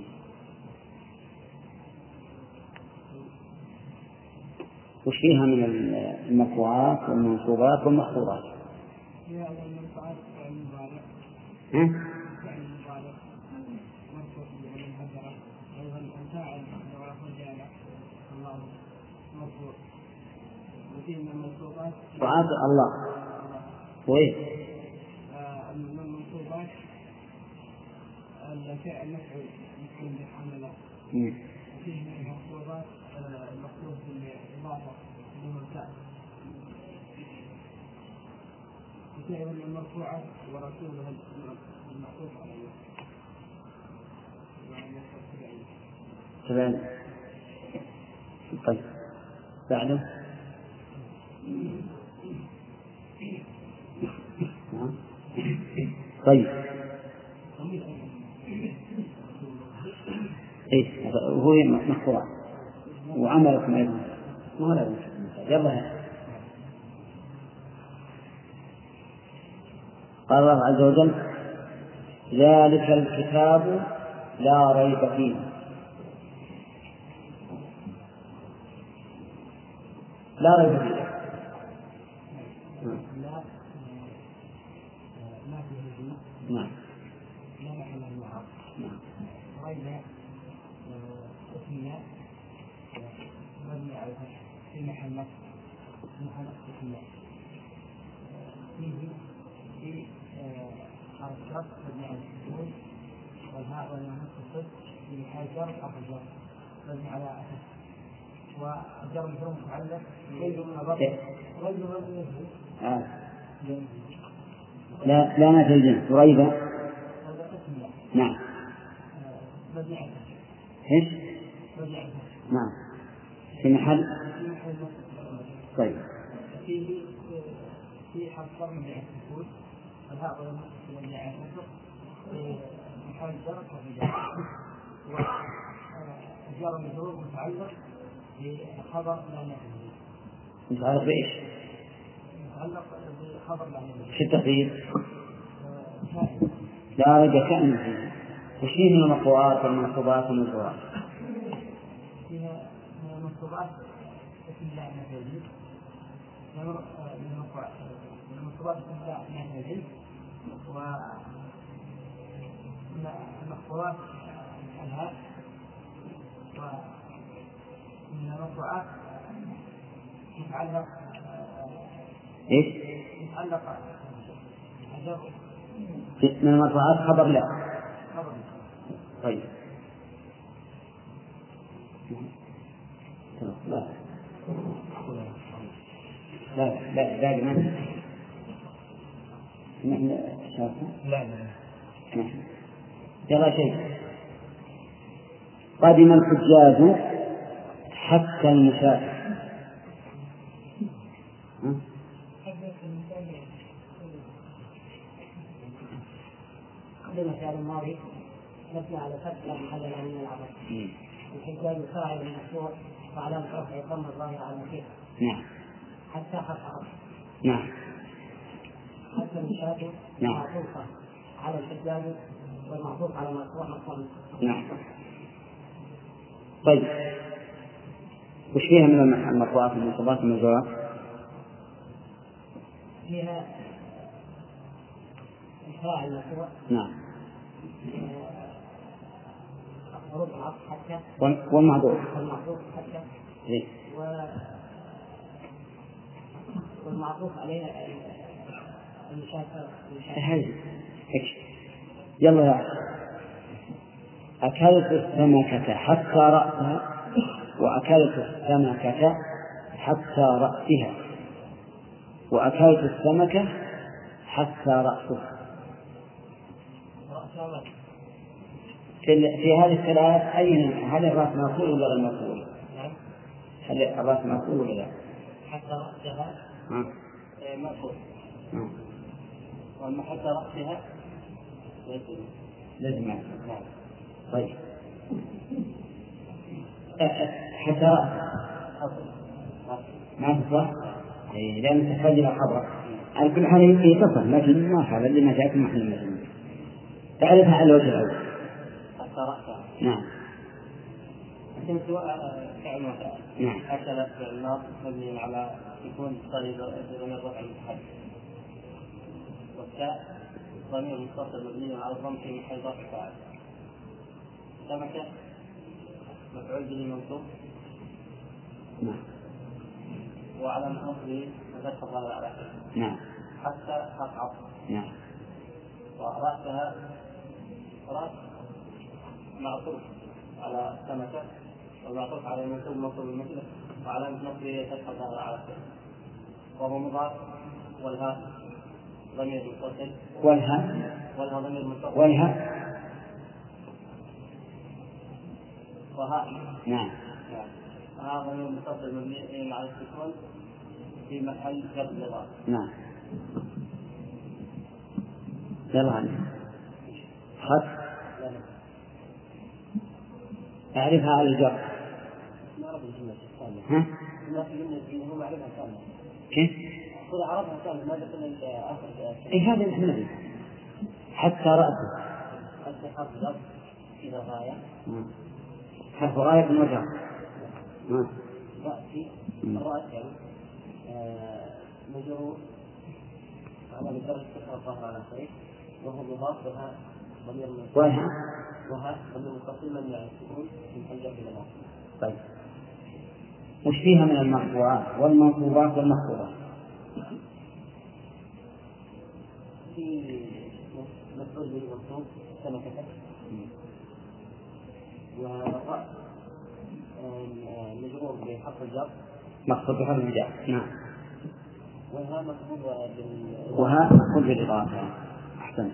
وش فيها من المرفوعات والمنصوبات والمخفوضات؟ هي أول المنفعات فعل المضارع. ها؟ فعل المضارع مرفوع بالمهدرة. أيضا الفاعل ورفع الجالة الله مرفوع. وفيه من المنصوبات وعاد الله وإيه؟ من المنصوبات الفعل مفعول مفعول بحمله. وفيه من المخفوضات المخفوض بالإضافة اللي هو الفاعل. وفيه من المرفوعات ورسوله المعطوف عليه. كذلك. طيب بعده طيب إيه هو مخطوع وعملكم أيضا ما لا يلا. قال الله عز وجل ذلك الكتاب لا ريب فيه. لا ريب فيه نعم اسمية مبني على الفتح في محل نصب محل اسمية فيه في حرف شرط مبني على السكون والهاء والنون الصفر في محل جر حرف الجر مبني على أساس والجر مجرور متعلق غير مبني آه. لا لا ما في الجنس ريبة نعم مبني على ايش؟ نعم في محل طيب فيه في حرف جر مبني على السكون والهاء والنون مبني على الكسر في محل جر حرف جر والجر مجرور متعلق بخبر لا نفي متعلق بإيش؟ متعلق بخبر لا نفي في التقدير لا ريب كأن فيه. وش فيه من المقطوعات والمنصوبات والمجرورات؟ فيها من المنصوبات اسم الله نفي من المنصوبات اسم الله نفي ومن المقطوعات الهاء ومن المقطوعات يتعلق ايش؟ يتعلق من المرفوعات خبر لا. طيب لا لا لا باقي ما نحن شافنا لا لا نحن يلا شيء. قدم الحجاج حتى المسافر. قدم فعل الماضي نبني على فتح لا محل له من العمل. الحجاج فاعل المشروع وعلامة رفعه ضم الظاهر على المسيح. نعم. حتى حرف نعم. حتى المشاكل نعم. معطوفة على الحجاج والمعطوف على مرفوع مقام. نعم. طيب وش فيها من المرفوعات والمنصوبات والمجرورات؟ فيها الفاعل المرفوع. نعم. حروف العطف حتى والمعطوف والمعطوف حتى إيه؟ و... والمعطوف عليه المشاكل. هذه يلا يا أكلت السمكة حتى رأسها وأكلت السمكة حتى رأسها وأكلت السمكة حتى رأسها. في هذه الثلاث أين هل الرأس مقول ولا غير مقول؟ هل الرأس مقول ولا لا؟ حتى رأسها مقول. وأما حتى رأسها لازم. طيب حتى رأسها ما تصح لأن تحتاج إلى خبر. على كل حال يتصل لكن ما حال اللي ما جاءت محل المجنون تعرفها على الوجه الأول. حتى رأسها نعم. لكن سواء فعل وفعل. نعم. أكل فعل ناصب مبني على يكون طريق ضمير رفع المتحدث والتاء ضمير متصل مبني على الضم في محل رفع فاعل. سمكة مفعول به منصوب. نعم. وعلى نصبه فتح الظاهر على آخره. نعم. حتى تقع. نعم. ورأسها رأس معطوف على سمكة والمعطوف على المنصوب منصوب مثله وعلى نصبه فتح الظاهر على آخره وهو مضاف. والهاء ضمير متصل. والها والها ضمير متصل. والها الفقهاء. نعم. هذا هو المتصل مبني على السكون في محل جر الإضافة. نعم. يلا عنه. خط. أعرفها على الجر. ما أعرف الجملة الثانية. ها؟ ما في جملة هو معرفها ثانية. كيف؟ هو عرفها ثانية ما دخل آخر. إيه هذا الحمد حتى رأسه. حتى حرف ضرب إلى غاية. حرف غاية من وجهه. رأسي الرأس يعني مجرور على مجرد استقرار الظهر على خير وهو مضاف وها ضمير وها وها ضمير متصل من على السكون من حجر إلى الأرض. طيب وش فيها من المرفوعات والمنصوبات والمخفوضات؟ في مفعول به منصوب سمكة والرأس مجرور بحرف الجر مقصود بحرف الجر. نعم. وها مقصود بال وها مقصود بالإضافة. أحسن.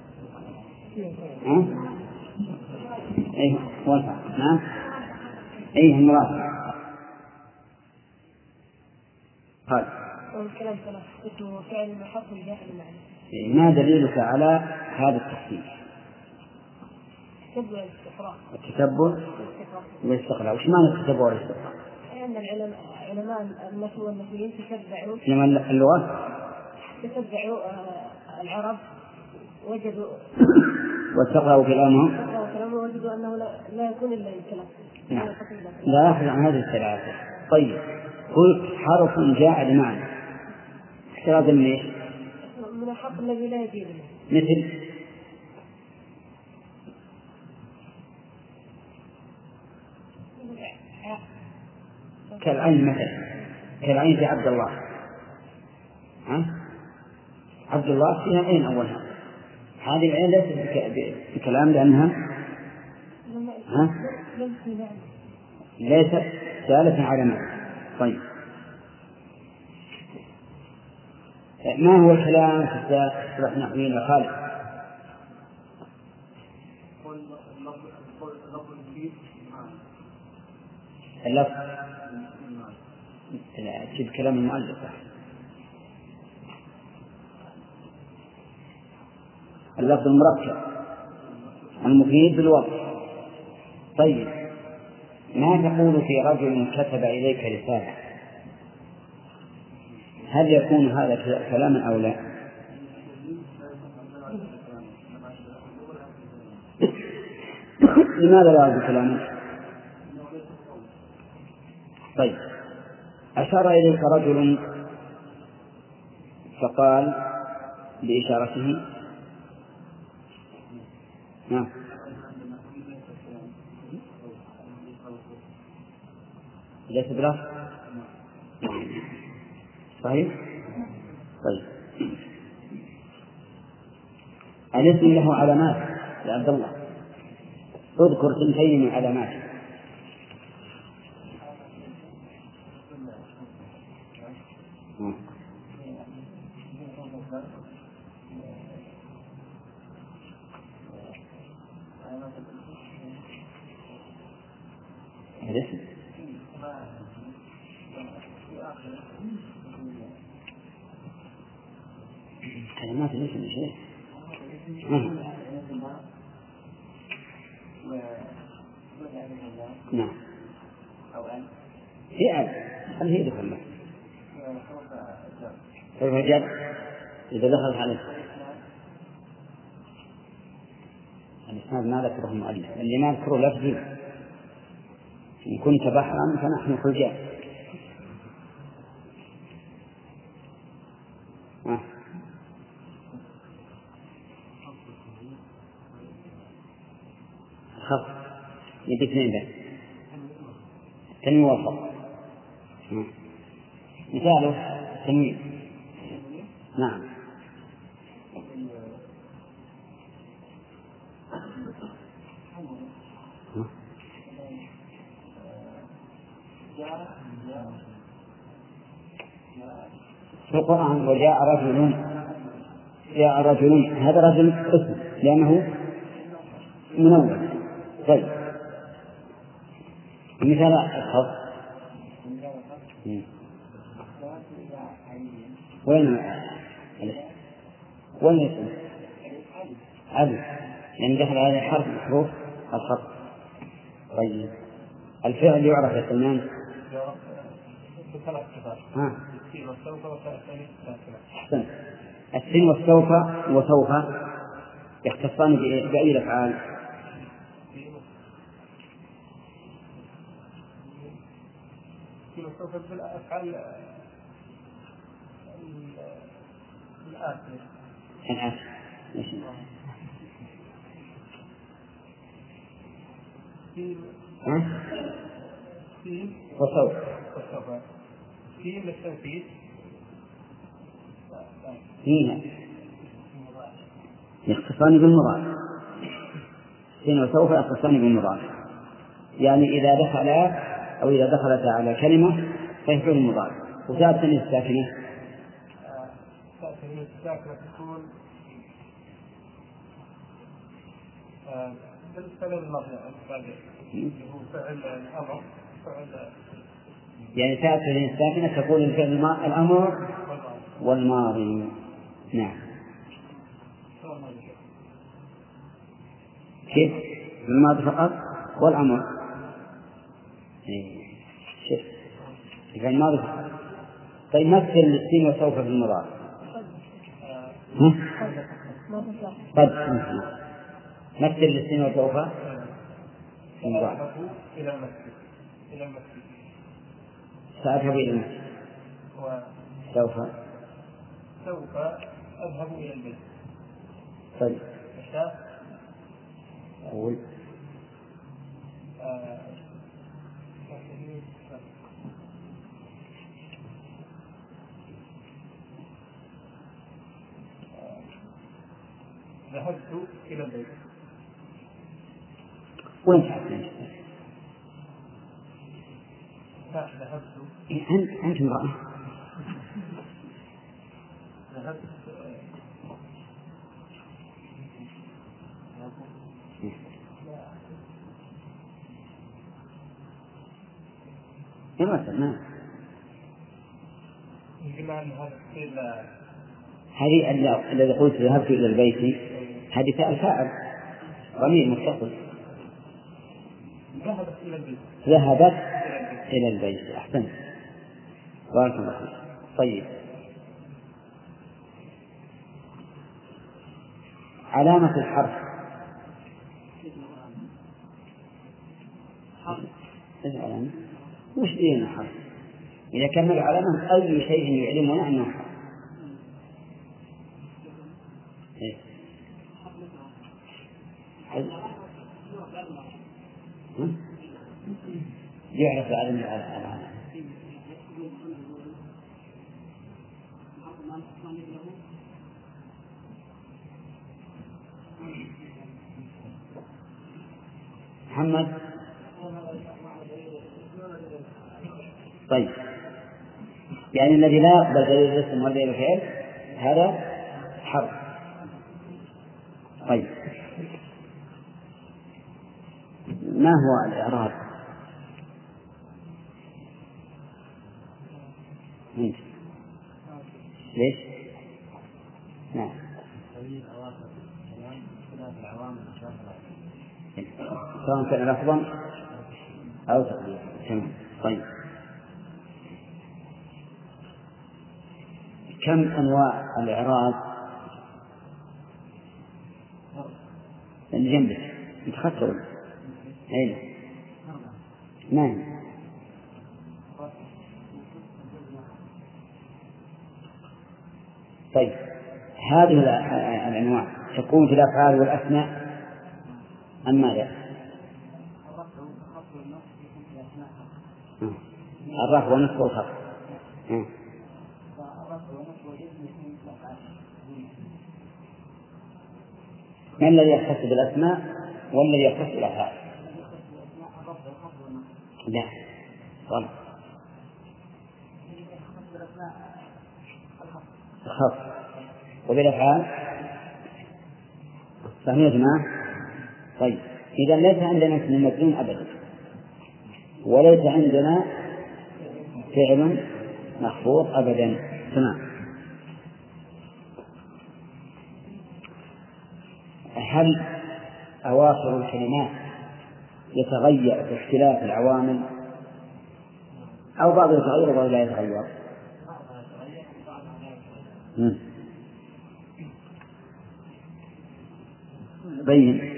ها؟ إيه وفا. نعم. إيه المراد. قال. والكلام ثلاث اسمه فعل محط الجاء المعنى. ما دليلك على هذا التخصيص؟ التتبع والاستقراء. التتبع والاستقراء. وش معنى التتبع والاستقراء؟ لأن العلماء علماء النحو والنحويين تتبعوا علماء اللغة تتبعوا العرب وجدوا واستقرأوا كلامهم كلامهم وجدوا أنه لا, لا يكون إلا الكلام. نعم. لا يخرج عن هذه الثلاثة. طيب قلت حرف جاء بمعنى احتراز من ايش؟ من الحق الذي لا يجيب مثل كالعين مثلا كالعين في عبد الله. ها؟ عبد الله فيها عين أولها. هذه العين ليست بكلام لأنها ها؟ ليست دالة على معنى. طيب ما هو الكلام في اصطلاح نحويين يا خالد؟ اللفظ لا تجيب كلام المؤلف. اللفظ المركب المفيد بالوضع. طيب ما تقول في رجل كتب إليك رسالة؟ هل يكون هذا كلاما أو لا؟ لماذا لا يكون كلاما؟ طيب أشار إليك رجل فقال بإشارته نعم ليس بلفظ صحيح. طيب الاسم له علامات يا عبد الله، اذكر ثنتين من علاماته. الاسم كلمات الاسم يا شيخ. نعم هي أب هل هي دخل له كيف جاء إذا دخلت عليه الإسناد ما ذكره المؤلف اللي ما ذكره لفظي. إن كنت بحرا فنحن حجاج. خط يدي اثنين ده تنوين وسط. مثاله تنوين. نعم في القرآن وجاء رجل جاء رجل هذا رجل اسم لأنه منون. طيب مثال الخط وين وين يسمى عدل يعني دخل على حرف من حروف الخط. طيب الفعل يعرف يا سلمان بثلاث صفات. ها السين والسوف والثاني الساكنة. أحسن. السين والسوف وسوف يختصان بأي الأفعال؟ السين والسوف بالأفعال الآتية. الآتية. ها؟ سين وسوف. وسوف. سين للتوكيد. هنا يختصان بالمضارع. سين وسوف يختصان بالمضارع، يعني إذا دخل أو إذا دخلت على كلمة فيفعل المضارع. وجاءت التنوين الساكنة التنوين الساكنة تكون بالفعل الماضي هو فعل الأمر فعل يعني تأتي التنوين الساكنة تكون الفعل الأمر والماضي. نعم. كيف؟ الماضي فقط والأمر. شوف في الماضي فقط. طيب مثل السين وسوف في المضارع. قد مثل السين وسوف في المضارع. إلى المسجد إلى المسجد سأذهب إلى المسجد. سوف سوف أذهب إلى البيت. طيب مشى أقول آه. ذهبت إلى البيت. وين تعرفين؟ ذهبت أنت أنت امرأة. ذهبت يا مثلا قلنا أن هذا الشيء هذه الذي قلت ذهبت إلى البيت هذه فعل فاعل ضمير متصل. ذهبت إلى البيت. ذهبت إلى البيت. أحسنت بارك الله فيك. طيب علامة الحرف إيش علامة؟ وش دين الحرف؟ إذا كان العلامة أي شيء يعلمنا أنه حرف. إيه؟ يعرف العلم العلامة. محمد. طيب يعني الذي لا يقبل دليل الاسم ودليل الفعل هذا حرف. طيب ما هو الإعراب؟ ليش؟ نعم سواء كان لفظا أو تقديرا. تمام. طيب كم أنواع الإعراب اللي جنبك متخطر؟ أين؟ نعم. طيب هذه الأنواع تكون في الأفعال والأسماء أم ماذا؟ الرفع والنصب والخفض. من الذي يختص بالأسماء والذي يختص بالأفعال؟ لا غلط. الخفض. وبالأفعال فهم يا جماعة. طيب إذا ليس عندنا اسم مجزوم أبدا وليس عندنا فعل مخفوض أبدا. تمام. هل أواخر الكلمات يتغير باختلاف العوامل أو بعض يتغير وبعض لا يتغير؟ بين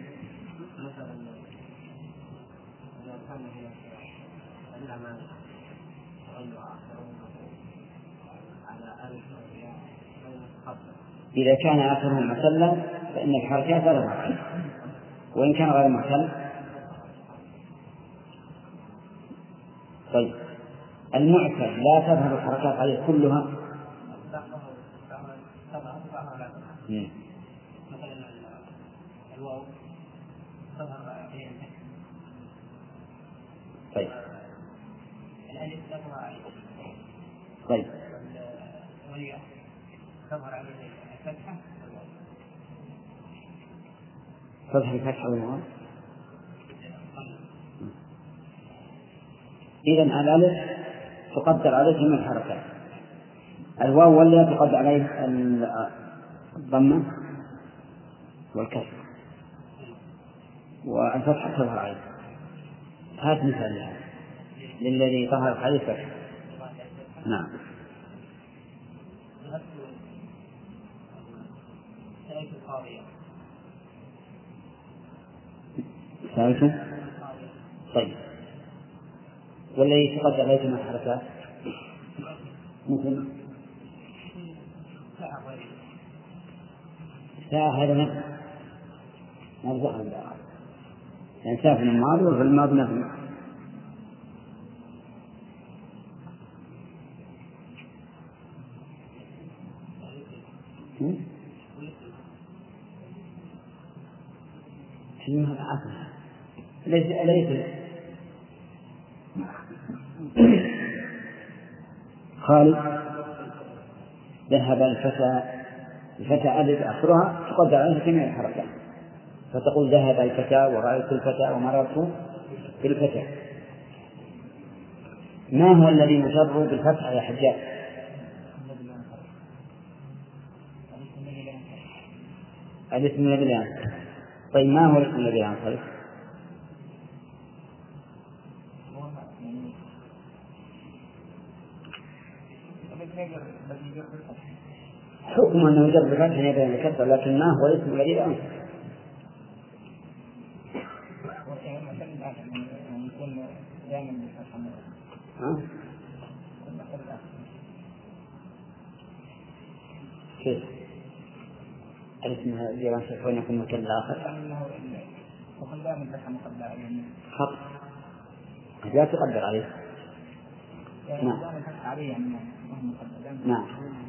إذا كان آخرهم معتلا فإن الحركات لا تظهر، وإن كان غير معتل. طيب المعتل لا تظهر الحركات عليه كلها؟ مثلا الواو تظهر عليه. طيب الألف لا تظهر عليه. طيب والياء تظهر عليه الفتحة. فتح الفتحة والواو. إذن الألف تقدر عليه من الحركات، الواو والياء تقدر عليه الضمة والكسر، والفتحة تظهر عليه. هذا مثال لها للذي ظهرت عليه الفتحة. نعم. ثالثا. طيب والذي تقدر عليه من الحركات مثل ساعة، هذا نفس نرجع لله يعني ساعة في الماضي وفي الماضي نفس. ليس ليس خالد ذهب الفتى، الفتى ألف آخرها تقدر عليها جميع الحركات، فتقول ذهب الفتى ورأيت الفتى ومررت بالفتى. ما هو الذي يجر بالفتح يا حجاج؟ الاسم الذي لا ينصرف. طيب ما هو الاسم الذي لا ينصرف؟ حكم أنه يجر بالفتح يبين الكسر، لكن ما هو الاسم الذي لا ينصرف؟ كيف؟ الاسم الذي لا ينصرف وين يكون مكان الآخر؟ خط لا تقدر عليه. نعم. نعم.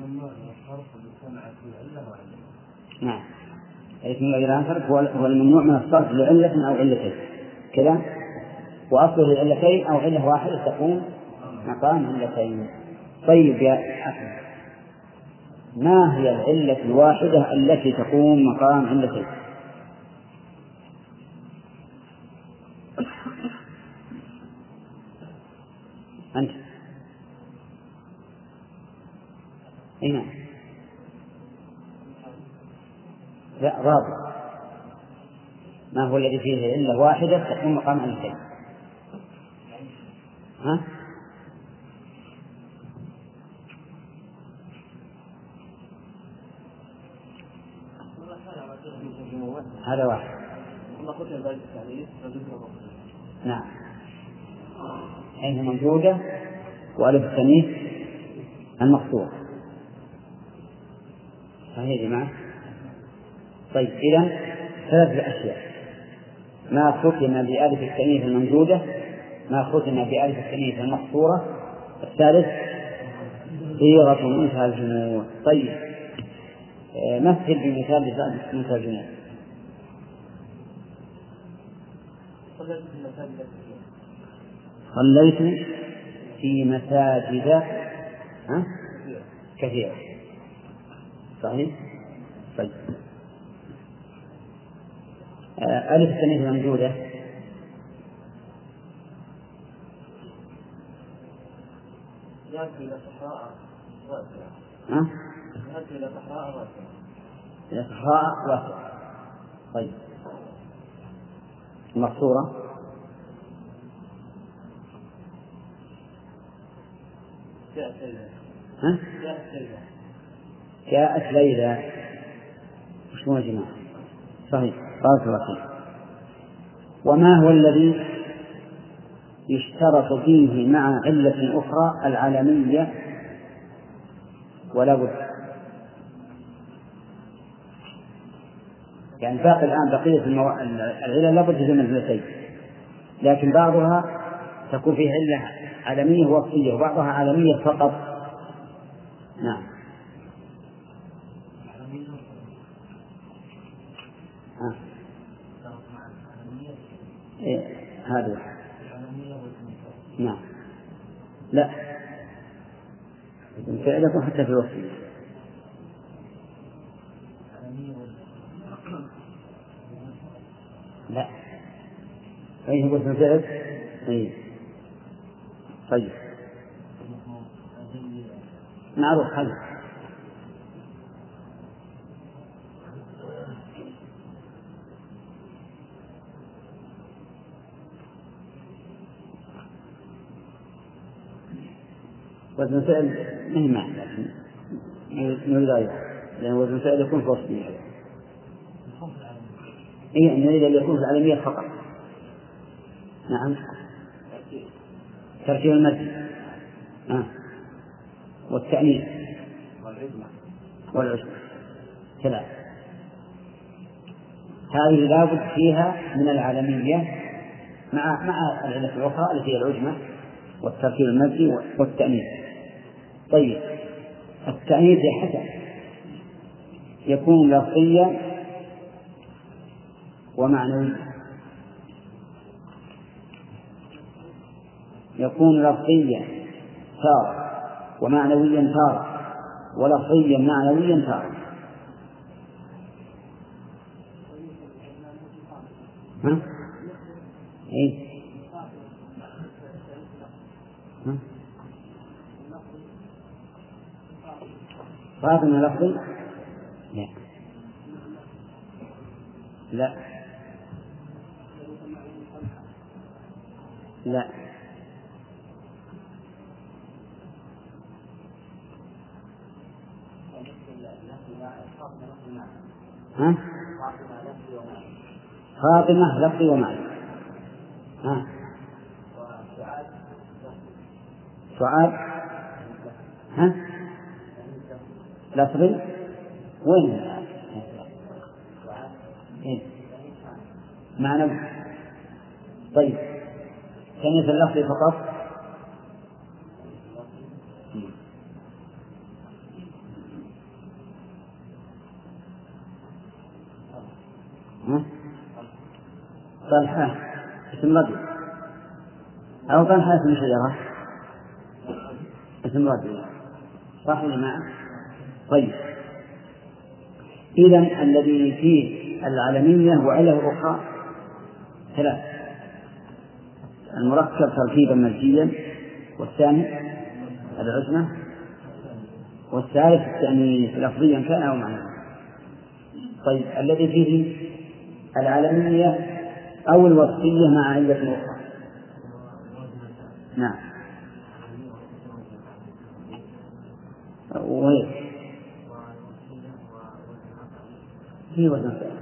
نعم. الاسم الذي لا ينصرف هو الممنوع من الصرف لعلة أو علتين كذا، وأصله العلتين أو علة واحدة تقوم مقام علتين. طيب يا أخي، ما هي العلة الواحدة التي تقوم مقام علتين؟ أنت هنا لا رابع. ما هو الذي فيه علة واحدة تقوم مقام علتين؟ ها؟ هذا واحد. نعم. عين موجودة وألف التانيث المقصور. صحيح يا جماعة؟ طيب إذن ثلاث أشياء: ما ختم بألف التانيث الممدودة، ما ختم بألف التانيث المقصورة، الثالث صيغة منتهى الجموع. طيب مثل بمثال منتهى الجموع. صليت في مساجد كثيرة. صحيح؟ طيب ألف التانيث الممدودة ذهبت إلى صحراء واسعة. ها؟ ذهبت إلى صحراء واسعة. إلى صحراء واسعة. طيب المقصورة جاءت ليلى. ها؟ جاءت ليلى. جاءت ليلى. وش هو يا جماعة؟ صحيح. بارك الله فيك. وما هو الذي يشترط فيه مع علة أخرى العالمية ولا بد؟ يعني باقي الآن بقية المو... العلة لا بد من علتين، لكن بعضها تكون فيه علة عالمية وصفية وبعضها عالمية فقط. نعم. ها. إيه هذا. نعم. لا فعلكم حتى في الوصفية. لا أي هو اسم فعل. أي طيب معروف هذا. وزن فعل مهم معنى لكن نريد أيضا لأن وزن فعل يكون في وصفه. إيه نريد أن يكون في العالمية فقط. نعم. ترتيب المد آه. والتأنيث والعجمة ثلاث. هذه لابد فيها من العالمية مع مع العلة الأخرى التي هي العجمة والترتيب المدي والتأنيث. طيب التأنيث حسن يكون لفظيا ومعنوي. يكون لفظيا تارة ومعنويا تارة ولفظيا معنويا تارة. ها؟ إيه؟ ها؟ فاطمة لفظي؟ لا لا لا ها؟ فاطمة لفظي ومعنى. ها؟ سعاد ها؟ لفظي وين؟ إيه؟ معنى. طيب كلمة اللفظ فقط. طلحة اسم رجل أو طلحة اسم شجرة اسم رجل صح ولا ما؟ طيب إذن الذي فيه العالمية وعله أخرى ثلاث: المركب تركيبا مزجيا، والثاني العجمة، والثالث التأنيث لفظيا كان أو معنى. طيب الذي فيه العالمية أو الوصفية مع علة أخرى. نعم. وهي هي وزن فعل.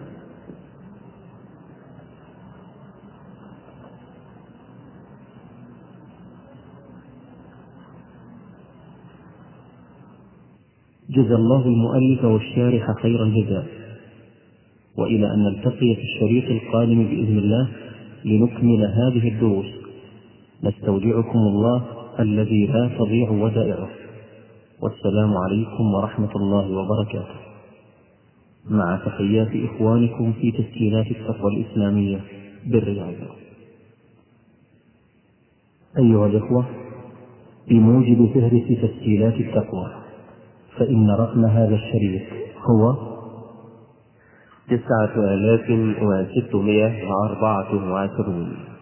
جزا الله المؤلف والشارح خير الجزاء، وإلى أن نلتقي في الشريط القادم بإذن الله لنكمل هذه الدروس، نستودعكم الله الذي لا تضيع ودائعه، والسلام عليكم ورحمة الله وبركاته، مع تحيات إخوانكم في تسجيلات التقوى الإسلامية بالرياض. أيها الإخوة، بموجب فهرس تسجيلات التقوى فإن رقم هذا الشريط هو تسعة آلاف وستمائة وأربعة وعشرون.